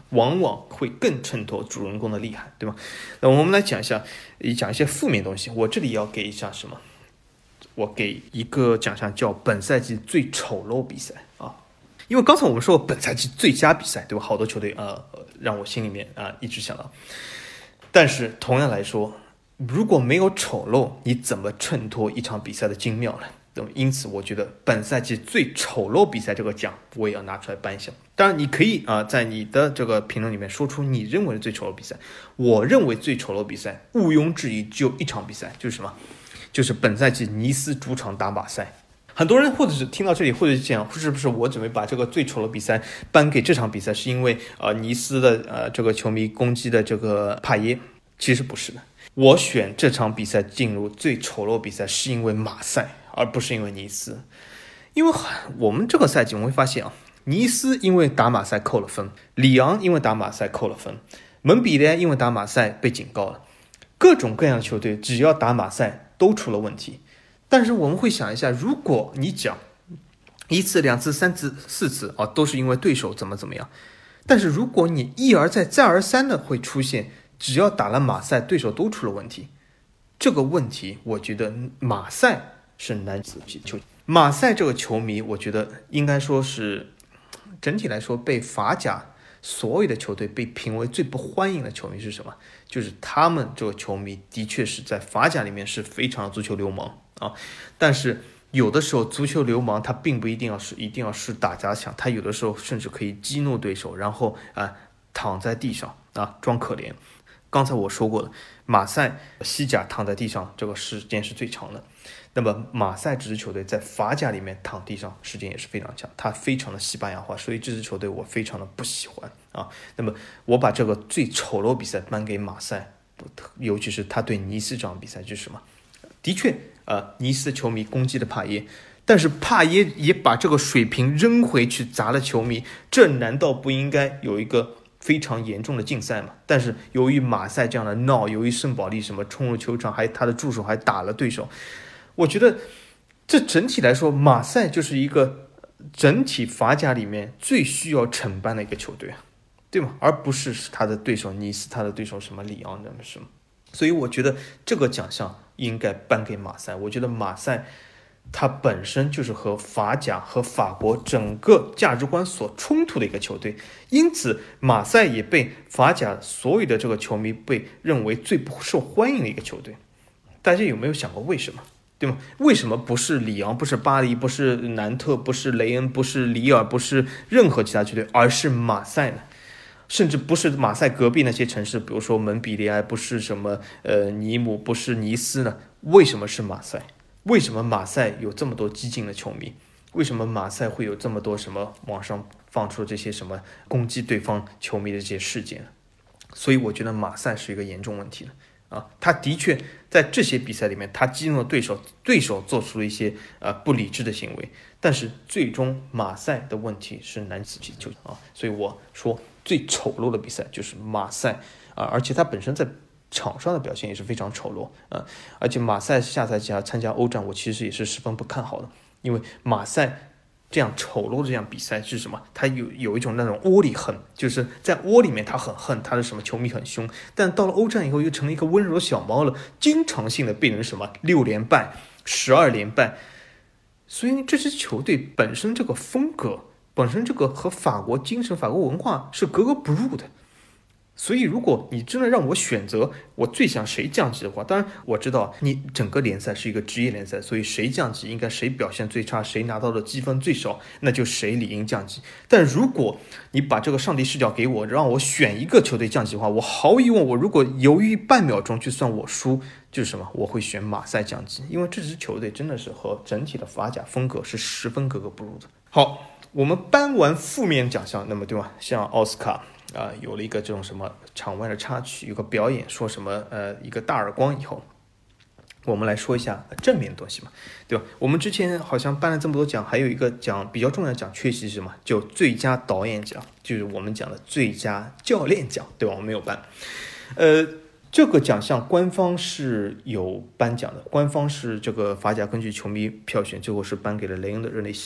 往往会更衬托主人公的厉害，对吗？那我们来讲一些负面东西。我这里要给一下什么？我给一个奖项叫本赛季最丑陋比赛啊，因为刚才我们说本赛季最佳比赛，对吧？好多球队让我心里面一直想到。但是同样来说，如果没有丑陋，你怎么衬托一场比赛的精妙呢？因此我觉得本赛季最丑陋比赛这个奖我也要拿出来颁一下。当然你可以在你的这个评论里面说出你认为的最丑陋比赛。我认为最丑陋比赛毋庸置疑只有一场比赛，就是什么？就是本赛季尼斯主场打马赛。很多人或者是听到这里，或者是讲是不是我准备把这个最丑陋比赛颁给这场比赛，是因为尼斯的这个球迷攻击的这个帕耶？其实不是的，我选这场比赛进入最丑陋比赛是因为马赛，而不是因为尼斯。因为我们这个赛季我们会发现尼斯因为打马赛扣了分，里昂因为打马赛扣了分，蒙彼利埃因为打马赛被警告了，各种各样的球队只要打马赛都出了问题。但是我们会想一下，如果你讲一次、两次、三次、四次都是因为对手怎么样，但是如果你一而再、再而三的会出现，只要打了马赛，对手都出了问题，这个问题我觉得马赛是难解决。马赛这个球迷，我觉得应该说是整体来说被法甲所有的球队被评为最不欢迎的球迷是什么？就是他们这个球迷的确是在法甲里面是非常的足球流氓但是有的时候足球流氓他并不一定要是打砸抢，他有的时候甚至可以激怒对手，然后躺在地上装可怜。刚才我说过了，马赛西甲躺在地上这个时间是最长的，那么马赛这支球队在法甲里面躺地上时间也是非常长，它非常的西班牙化，所以这支球队我非常的不喜欢那么我把这个最丑陋比赛颁给马赛，尤其是他对尼斯这场比赛，就是什么？的确尼斯球迷攻击了帕耶，但是帕耶也把这个水瓶扔回去砸了球迷，这难道不应该有一个非常严重的竞赛嘛？但是由于马赛这样的闹，由于圣保利什么冲入球场，还他的助手还打了对手，我觉得这整体来说，马赛就是一个整体法甲里面最需要惩办的一个球队，对吗？而不是他的对手尼斯，他的对手什么里昂什么。所以我觉得这个奖项应该颁给马赛。我觉得马赛它本身就是和法甲和法国整个价值观所冲突的一个球队，因此马赛也被法甲所有的这个球迷被认为最不受欢迎的一个球队。大家有没有想过为什么？对吗？为什么不是里昂，不是巴黎，不是南特，不是雷恩，不是里尔，不是任何其他球队，而是马赛呢？甚至不是马赛隔壁那些城市，比如说蒙彼利埃，不是什么尼姆，不是尼斯呢？为什么是马赛？为什么马赛有这么多激进的球迷？为什么马赛会有这么多什么网上放出这些什么攻击对方球迷的这些事件？所以我觉得马赛是一个严重问题的他的确在这些比赛里面，他激怒了对手，对手做出了一些不理智的行为，但是最终马赛的问题是难解决所以我说最丑陋的比赛就是马赛而且他本身在场上的表现也是非常丑陋而且马赛下赛季要参加欧战，我其实也是十分不看好的，因为马赛这样丑陋的这样比赛是什么？他有一种那种窝里横，就是在窝里面他很恨，他的什么球迷很凶，但到了欧战以后又成了一个温柔小猫了，经常性的被人什么6连败、12连败。所以这支球队本身这个风格，本身这个和法国精神、法国文化是格格不入的。所以如果你真的让我选择我最想谁降级的话，当然我知道你整个联赛是一个职业联赛，所以谁降级应该谁表现最差，谁拿到的积分最少，那就谁理应降级。但如果你把这个上帝视角给我，让我选一个球队降级的话，我毫无疑问，我如果犹豫半秒钟就算我输，就是什么？我会选马赛降级，因为这支球队真的是和整体的法甲风格是十分格格不入的。好，我们颁完负面奖项，那么对吧？像奥斯卡有了一个这种什么场外的插曲，有个表演，说什么一个大耳光以后，我们来说一下正面的东西嘛，对吧？我们之前好像颁了这么多奖，还有一个奖比较重要的奖缺席是什么？就最佳导演奖，就是我们讲的最佳教练奖，对吧？我们没有颁。这个奖项官方是有颁奖的，官方是这个法甲根据球迷票选，最后是颁给了雷恩的热内西奥。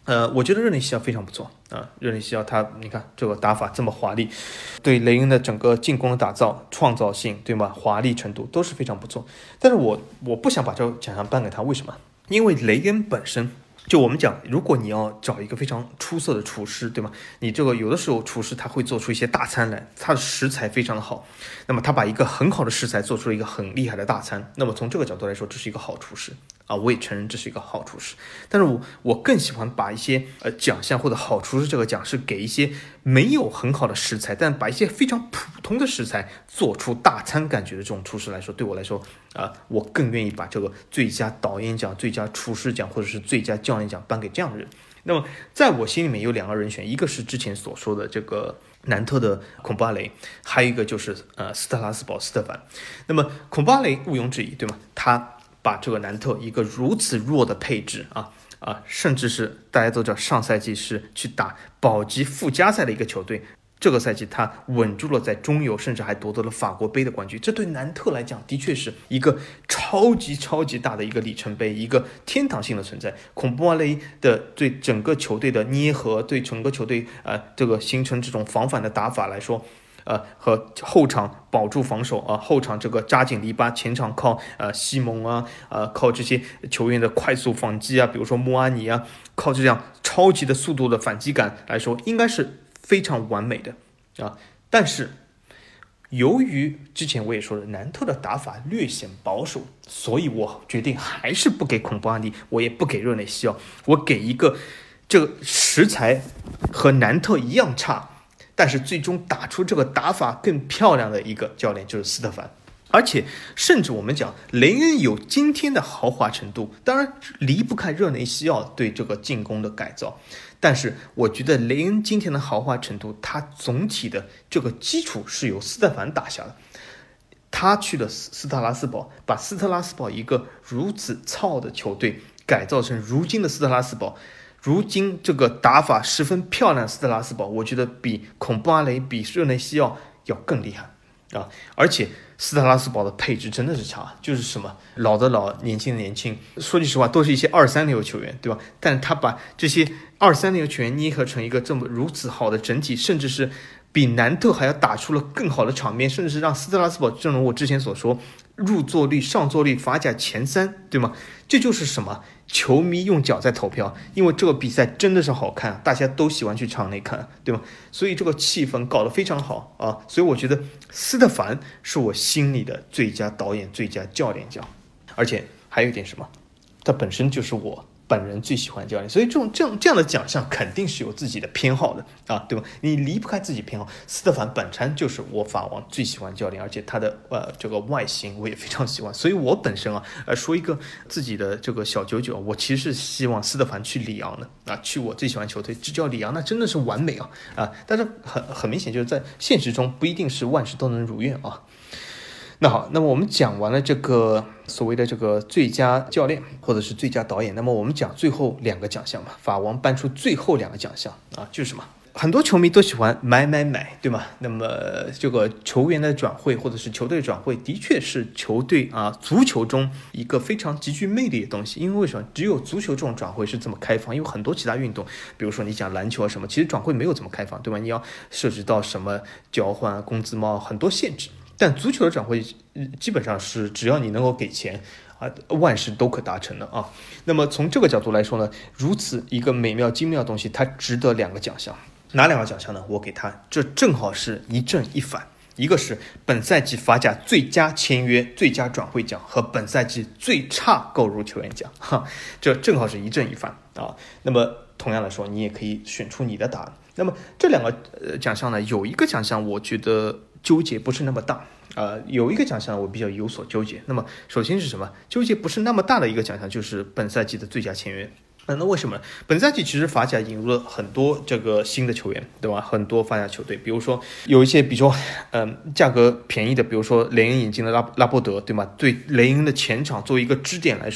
我觉得热内西奥非常不错啊，热内西奥他你看这个打法这么华丽，对雷恩的整个进攻的打造、创造性，对吗？华丽程度都是非常不错。但是我不想把这个奖项颁给他，为什么？因为雷恩本身。就我们讲，如果你要找一个非常出色的厨师，对吗？你这个有的时候厨师他会做出一些大餐来，他的食材非常的好，那么他把一个很好的食材做出了一个很厉害的大餐，那么从这个角度来说，这是一个好厨师啊，我也承认这是一个好厨师。但是我更喜欢把一些奖项或者好厨师这个奖是给一些没有很好的食材，但把一些非常普通的食材做出大餐感觉的这种厨师来说，对我来说我更愿意把这个最佳导演奖、最佳厨师奖或者是最佳教练奖颁给这样的人。那么在我心里面有2个人选，一个是之前所说的这个南特的孔巴雷，还有一个就是斯特拉斯堡斯特凡。那么孔巴雷毋庸置疑，对吗？他把这个南特一个如此弱的配置甚至是大家都知道上赛季是去打保级附加赛的一个球队，这个赛季他稳住了在中游，甚至还夺得了法国杯的冠军，这对南特来讲的确是一个超级大的一个里程碑，一个天堂性的存在。孔布瓦雷的对整个球队的捏合，对整个球队这个形成这种防反的打法来说，和后场保住防守后场这个扎紧篱笆，前场靠西蒙靠这些球员的快速反击比如说穆阿尼靠这样超级的速度的反击感来说，应该是非常完美的但是由于之前我也说了，南特的打法略显保守，所以我决定还是不给孔布阿尼，我也不给热内西奥，我给一个这个食材和南特一样差，但是最终打出这个打法更漂亮的一个教练，就是斯特凡。而且甚至我们讲雷恩有今天的豪华程度，当然离不开热内西奥对这个进攻的改造，但是我觉得雷恩今天的豪华程度，他总体的这个基础是由斯特凡打下的。他去了斯特拉斯堡，把斯特拉斯堡一个如此糙的球队改造成如今的斯特拉斯堡，如今这个打法十分漂亮的斯特拉斯堡，我觉得比孔布阿雷、比热内西奥要更厉害而且斯特拉斯堡的配置真的是差，就是什么老的老，年轻的年轻，说句实话都是一些2-3流球员，对吧？但是他把这些2-3流球员捏合成一个这么如此好的整体，甚至是比南特还要打出了更好的场面，甚至是让斯特拉斯堡，正如我之前所说，入座率、上座率法甲前3，对吗？这就是什么？球迷用脚在投票，因为这个比赛真的是好看，大家都喜欢去场内看，对吗？所以这个气氛搞得非常好所以我觉得斯特凡是我心里的最佳导演、最佳教练奖。而且还有一点什么，他本身就是我本人最喜欢的教练，所以这样的奖项肯定是有自己的偏好的对吧？你离不开自己偏好。斯特凡本身就是我法王最喜欢的教练，而且他的这个外形我也非常喜欢，所以我本身说一个自己的这个小九九，我其实是希望斯特凡去里昂的去我最喜欢球队执教里昂，那真的是完美但是很明显就是在现实中不一定是万事都能如愿那好，那么我们讲完了这个所谓的这个最佳教练或者是最佳导演，那么我们讲最后2个奖项吧。法王颁出最后2个奖项就是什么？很多球迷都喜欢买，对吗？那么这个球员的转会或者是球队的转会，的确是球队足球中一个非常极具魅力的东西。因为为什么？只有足球这种转会是这么开放，因为很多其他运动，比如说你讲篮球什么，其实转会没有这么开放，对吧？你要涉及到什么交换、工资帽，很多限制。但足球的转会基本上是只要你能够给钱万事都可达成的那么从这个角度来说呢，如此一个美妙精妙的东西，它值得2个奖项。哪2个奖项呢？我给它，这正好是一正一反。一个是本赛季法甲最佳签约、最佳转会奖和本赛季最差购入球员奖这正好是一正一反那么同样来说，你也可以选出你的答案。那么这2个奖项呢，有一个奖项我觉得纠结不是那么大有一个奖项我比较有所纠结。那么首先是什么？纠结不是那么大的一个奖项，就是本赛季的最佳签约。那为什么呢？本赛季其实法甲引入了很多这个新的球员，对吧？很多法甲球队，比如说有一些，比如说价格便宜的，比如说雷恩引进的拉波德，对吗？对雷恩的前场作为一个支点来说，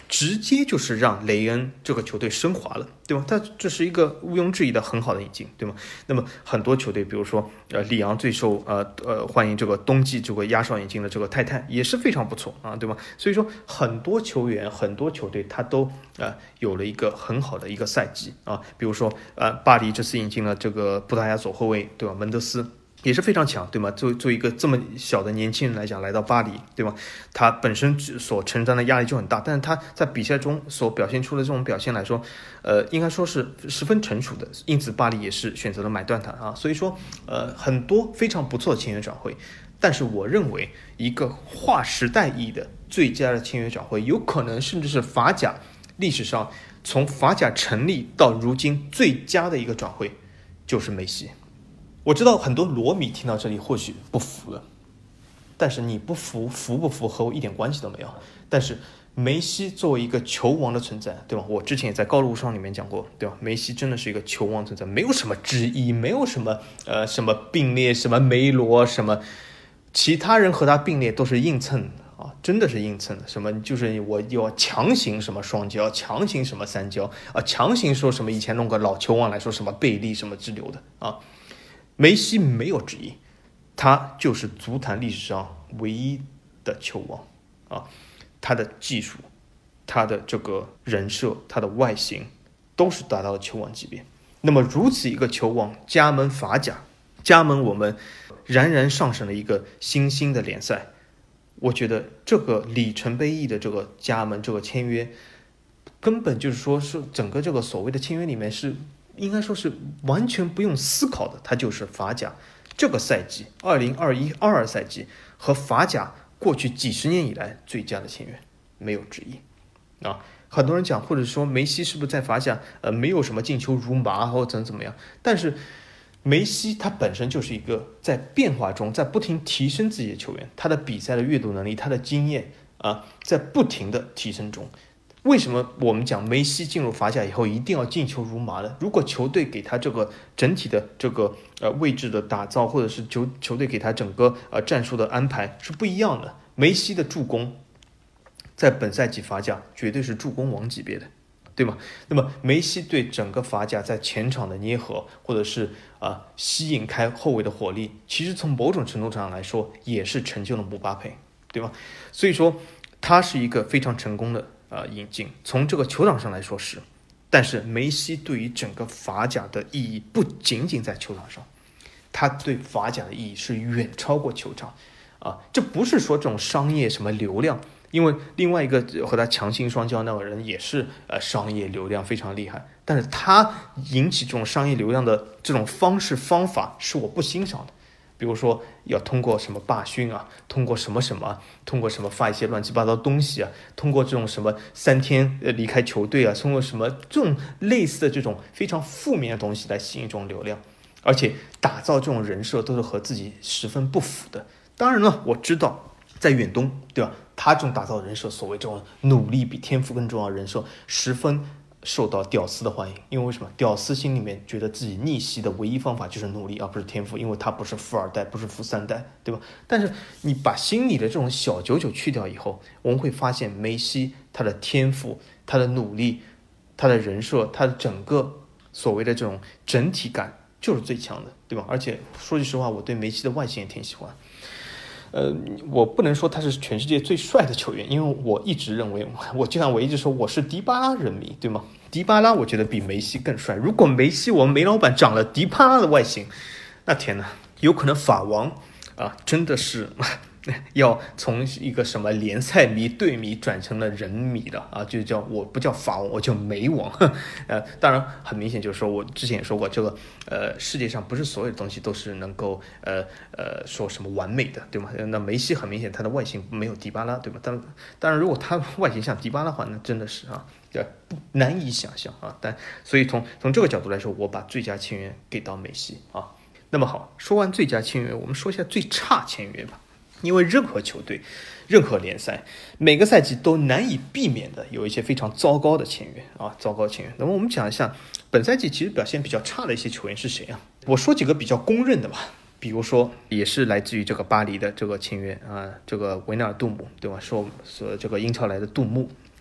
直接就是让雷恩这个球队升华了，对吧？这是一个毋庸置疑的很好的引进，对吗？那么很多球队，比如说里昂最受欢迎这个冬季这个压哨引进的这个泰坦也是非常不错啊，对吗？所以说很多球员很多球队他都有了一个很好的一个赛季啊，比如说巴黎这次引进了这个葡萄牙左后卫，对吧？门德斯也是非常强，对吗？作为一个这么小的年轻人来讲，来到巴黎，对吗？他本身所承担的压力就很大，但是他在比赛中所表现出的这种表现来说，应该说是十分成熟的，因此巴黎也是选择了买断他啊。所以说，很多非常不错的签约转会，但是我认为一个划时代意义的最佳的签约转会，有可能甚至是法甲历史上从法甲成立到如今最佳的一个转会，就是梅西。我知道很多罗迷听到这里或许不服了，但是你不服不服和我一点关系都没有。但是梅西作为一个球王的存在，对吧？我之前也在高卢无双里面讲过，对吧？梅西真的是一个球王存在，没有什么之一，没有什么什么并列，什么梅罗，什么其他人和他并列都是硬蹭啊，真的是硬蹭的。什么就是我要强行什么双骄，强行什么三骄啊，强行说什么以前弄个老球王来说什么贝利什么之流的啊。梅西没有之一，他就是足坛历史上唯一的球王啊！他的技术、他的这个人设、他的外形，都是达到了球王级别。那么如此一个球王加盟法甲，加盟我们冉冉上升的一个新兴的联赛，我觉得这个里程碑意的这个加盟这个签约，根本就是说是整个这个所谓的签约里面是。应该说是完全不用思考的，它就是法甲这个赛季2021-22赛季和法甲过去几十年以来最佳的签约，没有之一啊！很多人讲，或者说梅西是不是在法甲没有什么进球如麻或者怎么样？但是梅西他本身就是一个在变化中在不停提升自己的球员，他的比赛的阅读能力，他的经验在不停的提升中。为什么我们讲梅西进入法甲以后一定要进球如麻呢？如果球队给他这个整体的这个位置的打造，或者是球队给他整个战术的安排是不一样的。梅西的助攻在本赛季法甲绝对是助攻王级别的，对吗？那么梅西对整个法甲在前场的捏合，或者是吸引开后卫的火力，其实从某种程度上来说也是成就了姆巴佩，对吗？所以说他是一个非常成功的引进，从这个球场上来说是，但是梅西对于整个法甲的意义不仅仅在球场上，他对法甲的意义是远超过球场这不是说这种商业什么流量，因为另外一个和他强行双骄那个人也是商业流量非常厉害，但是他引起这种商业流量的这种方式方法是我不欣赏的。比如说要通过什么罢训通过什么通过什么发一些乱七八糟东西通过这种什么3天离开球队通过什么这种类似的这种非常负面的东西来吸引这种流量，而且打造这种人设都是和自己十分不符的。当然了，我知道在远东，对吧？他这种打造人设，所谓这种努力比天赋更重要的人设，十分受到屌丝的欢迎。因为什么？屌丝心里面觉得自己逆袭的唯一方法就是努力，而不是天赋，因为他不是富二代，不是富3代，对吧？但是你把心里的这种小九九去掉以后，我们会发现梅西他的天赋、他的努力、他的人设、他的整个所谓的这种整体感就是最强的，对吧？而且说句实话，我对梅西的外形也挺喜欢。我不能说他是全世界最帅的球员，因为我一直认为，就像我一直说我是迪巴拉人迷，对吗？迪巴拉我觉得比梅西更帅。如果梅西我们梅老板长了迪巴拉的外形，那天哪，有可能法王真的是要从一个什么联赛迷队迷转成了人迷的就叫我不叫法王，我叫梅王。当然很明显就是说，我之前也说过，这个世界上不是所有的东西都是能够说什么完美的，对吗？那梅西很明显他的外形没有迪巴拉，对吧？当然如果他外形像迪巴拉的话，那真的是难以想象但所以从这个角度来说，我把最佳签约给到梅西那么好，说完最佳签约，我们说一下最差签约吧。因为任何球队、任何联赛，每个赛季都难以避免的有一些非常糟糕的签约糟糕的签约。那么我们讲一下本赛季其实表现比较差的一些球员是谁我说几个比较公认的吧，比如说也是来自于这个巴黎的这个签约这个维纳尔杜姆，对吧？说这个英超来的杜姆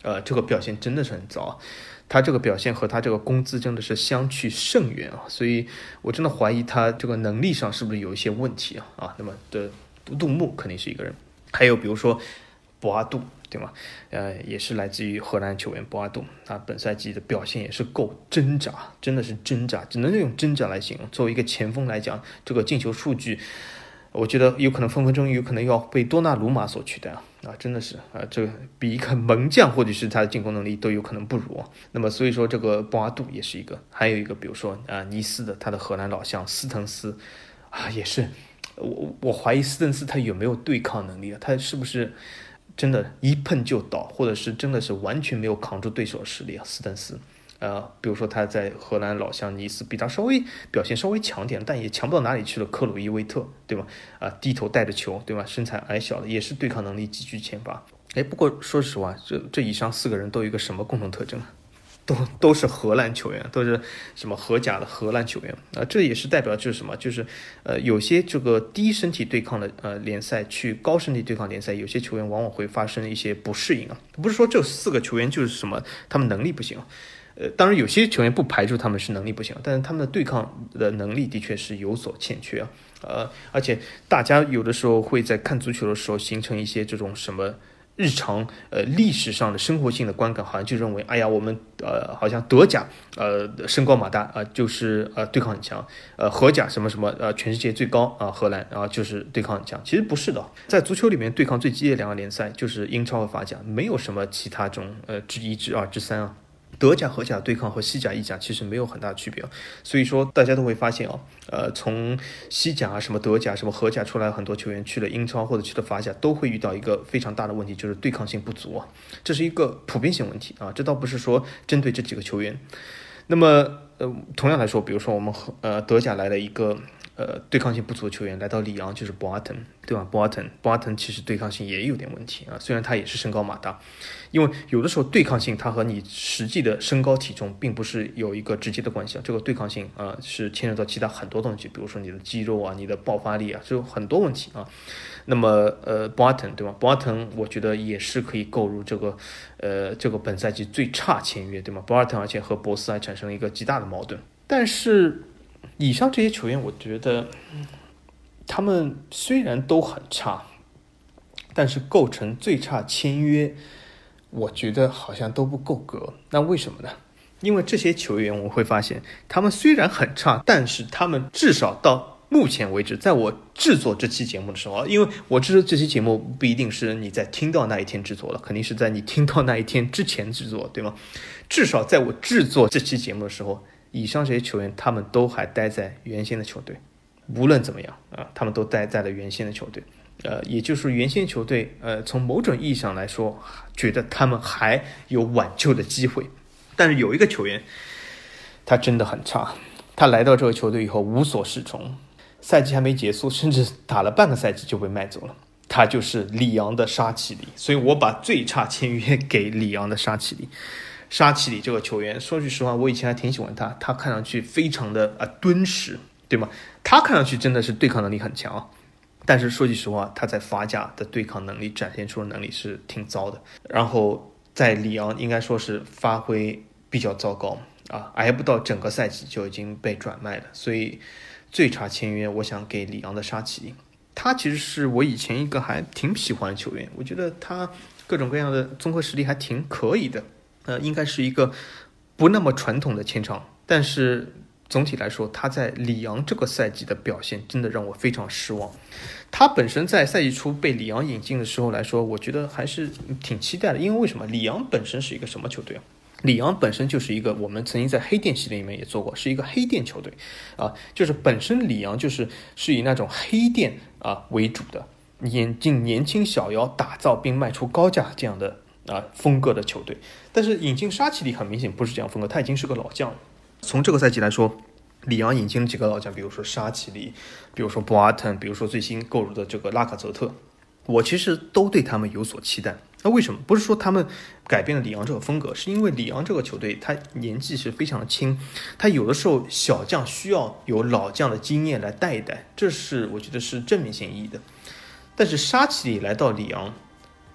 这个表现真的是很糟，他这个表现和他这个工资真的是相去甚远啊，所以我真的怀疑他这个能力上是不是有一些问题啊。那么杜牧肯定是一个人，还有比如说博阿杜，对吗？也是来自于荷兰球员博阿杜，他本赛季的表现也是够挣扎，真的是挣扎，只能用挣扎来形容。作为一个前锋来讲，这个进球数据，我觉得有可能分分钟有可能要被多纳鲁马所取代真的是这个比一个门将或者是他的进攻能力都有可能不如那么所以说这个博阿杜也是一个，还有一个比如说尼斯的他的荷兰老乡斯滕斯也是，我怀疑斯滕斯他有没有对抗能力他是不是真的一碰就倒，或者是真的是完全没有扛住对手的实力斯滕斯。比如说他在荷兰老乡尼斯比他表现稍微强点，但也强不到哪里去了。克鲁伊维特，对吧？低头带着球，对吧？身材矮小的，也是对抗能力极具欠乏。不过说实话，这以上4个人都有一个什么共同特征？都是荷兰球员，都是什么荷甲的荷兰球员这也是代表就是什么？就是有些这个低身体对抗的联赛去高身体对抗联赛，有些球员往往会发生一些不适应不是说这4个球员就是什么他们能力不行当然有些球员不排除他们是能力不行，但是他们的对抗的能力的确是有所欠缺而且大家有的时候会在看足球的时候形成一些这种什么日常历史上的生活性的观感，好像就认为哎呀我们好像德甲身高马大就是对抗很强荷甲什么什么全世界最高荷兰就是对抗很强，其实不是的，在足球里面对抗最激烈2个联赛就是英超和法甲，没有什么其他这种之1之2之3德甲、荷甲对抗和西甲、意甲其实没有很大的区别所以说大家都会发现从西甲什么德甲什么荷甲出来很多球员去了英超或者去了法甲，都会遇到一个非常大的问题，就是对抗性不足这是一个普遍性问题这倒不是说针对这几个球员。那么同样来说，比如说我们德甲来了一个对抗性不足的球员来到里昂，就是博阿滕，对吧？博阿滕其实对抗性也有点问题虽然他也是身高马大，因为有的时候对抗性它和你实际的身高体重并不是有一个直接的关系这个对抗性是牵扯到其他很多东西，比如说你的肌肉你的爆发力就有很多问题那么博阿滕，对吧？博阿滕我觉得也是可以购入这个本赛季最差签约，对吗？博阿滕而且和博斯还产生了一个极大的矛盾。但是以上这些球员我觉得他们虽然都很差，但是构成最差签约我觉得好像都不够格。那为什么呢？因为这些球员我会发现他们虽然很差，但是他们至少到目前为止，在我制作这期节目的时候因为我制作这期节目不一定是你在听到那一天制作了，肯定是在你听到那一天之前制作，对吗？至少在我制作这期节目的时候，以上这些球员他们都还待在原先的球队，无论怎么样他们都待在了原先的球队也就是原先球队从某种意义上来说觉得他们还有挽救的机会。但是有一个球员他真的很差，他来到这个球队以后无所适从，赛季还没结束甚至打了半个赛季就被卖走了，他就是里昂的沙奇里。所以我把最差签约给里昂的沙奇里。沙奇里这个球员说句实话我以前还挺喜欢他看上去非常的敦实，对吗？他看上去真的是对抗能力很强但是说句实话他在法甲的对抗能力展现出的能力是挺糟的，然后在里昂应该说是发挥比较糟糕挨不到整个赛季就已经被转卖了。所以最差签约我想给里昂的沙奇里。他其实是我以前一个还挺喜欢的球员，我觉得他各种各样的综合实力还挺可以的应该是一个不那么传统的前场，但是总体来说他在里昂这个赛季的表现真的让我非常失望。他本身在赛季初被里昂引进的时候来说，我觉得还是挺期待的，因为为什么？里昂本身是一个什么球队里昂本身就是一个我们曾经在黑店系列里面也做过，是一个黑店球队就是本身里昂是以那种黑店为主的，引进年轻小妖，打造并卖出高价这样的风格的球队。但是引进沙奇里很明显不是这样风格，他已经是个老将了。从这个赛季来说，里昂引进了几个老将，比如说沙奇里，比如说博阿滕，比如说最新购入的这个拉卡泽特，我其实都对他们有所期待。那为什么？不是说他们改变了里昂这个风格，是因为里昂这个球队他年纪是非常的轻，他有的时候小将需要有老将的经验来带一带，这是我觉得是正面性意义的。但是沙奇里来到里昂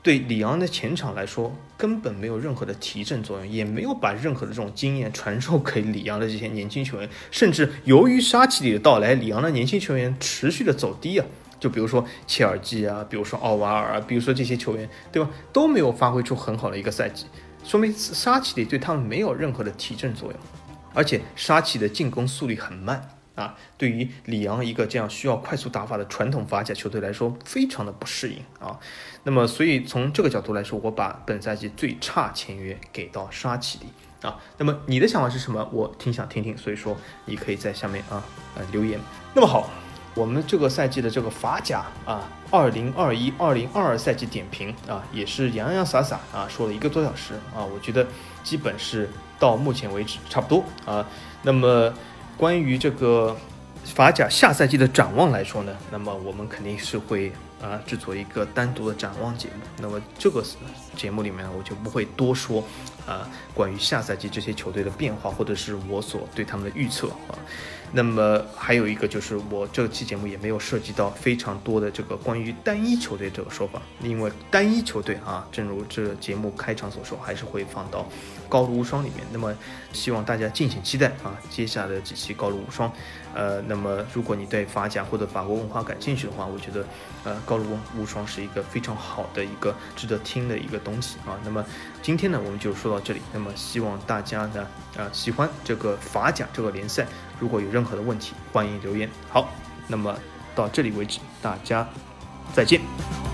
对里昂的前场来说根本没有任何的提振作用，也没有把任何的这种经验传授给里昂的这些年轻球员，甚至由于沙奇里的到来，里昂的年轻球员持续的走低啊。就比如说切尔基啊，比如说奥瓦尔啊，比如说这些球员，对吧，都没有发挥出很好的一个赛季，说明沙奇里对他们没有任何的提振作用，而且沙奇的进攻速率很慢啊，对于里昂一个这样需要快速打法的传统法甲球队来说，非常的不适应啊。那么，所以从这个角度来说，我把本赛季最差签约给到沙奇里啊。那么你的想法是什么？我挺想听听，所以说你可以在下面留言。那么好。我们这个赛季的这个法甲2021-2022赛季点评也是洋洋洒洒说了1个多小时我觉得基本是到目前为止差不多那么关于这个法甲下赛季的展望来说呢，那么我们肯定是会制作一个单独的展望节目。那么这个节目里面我就不会多说关于下赛季这些球队的变化，或者是我所对他们的预测那么还有一个就是我这期节目也没有涉及到非常多的这个关于单一球队这个说法，因为单一球队正如这个节目开场所说，还是会放到高卢无双里面。那么希望大家敬请期待接下来的几期高卢无双。那么如果你对法甲或者法国文化感兴趣的话，我觉得高卢无双是一个非常好的一个值得听的一个东西那么今天呢我们就说到这里，那么希望大家呢喜欢这个法甲这个联赛，如果有任何的问题欢迎留言。好，那么到这里为止，大家再见。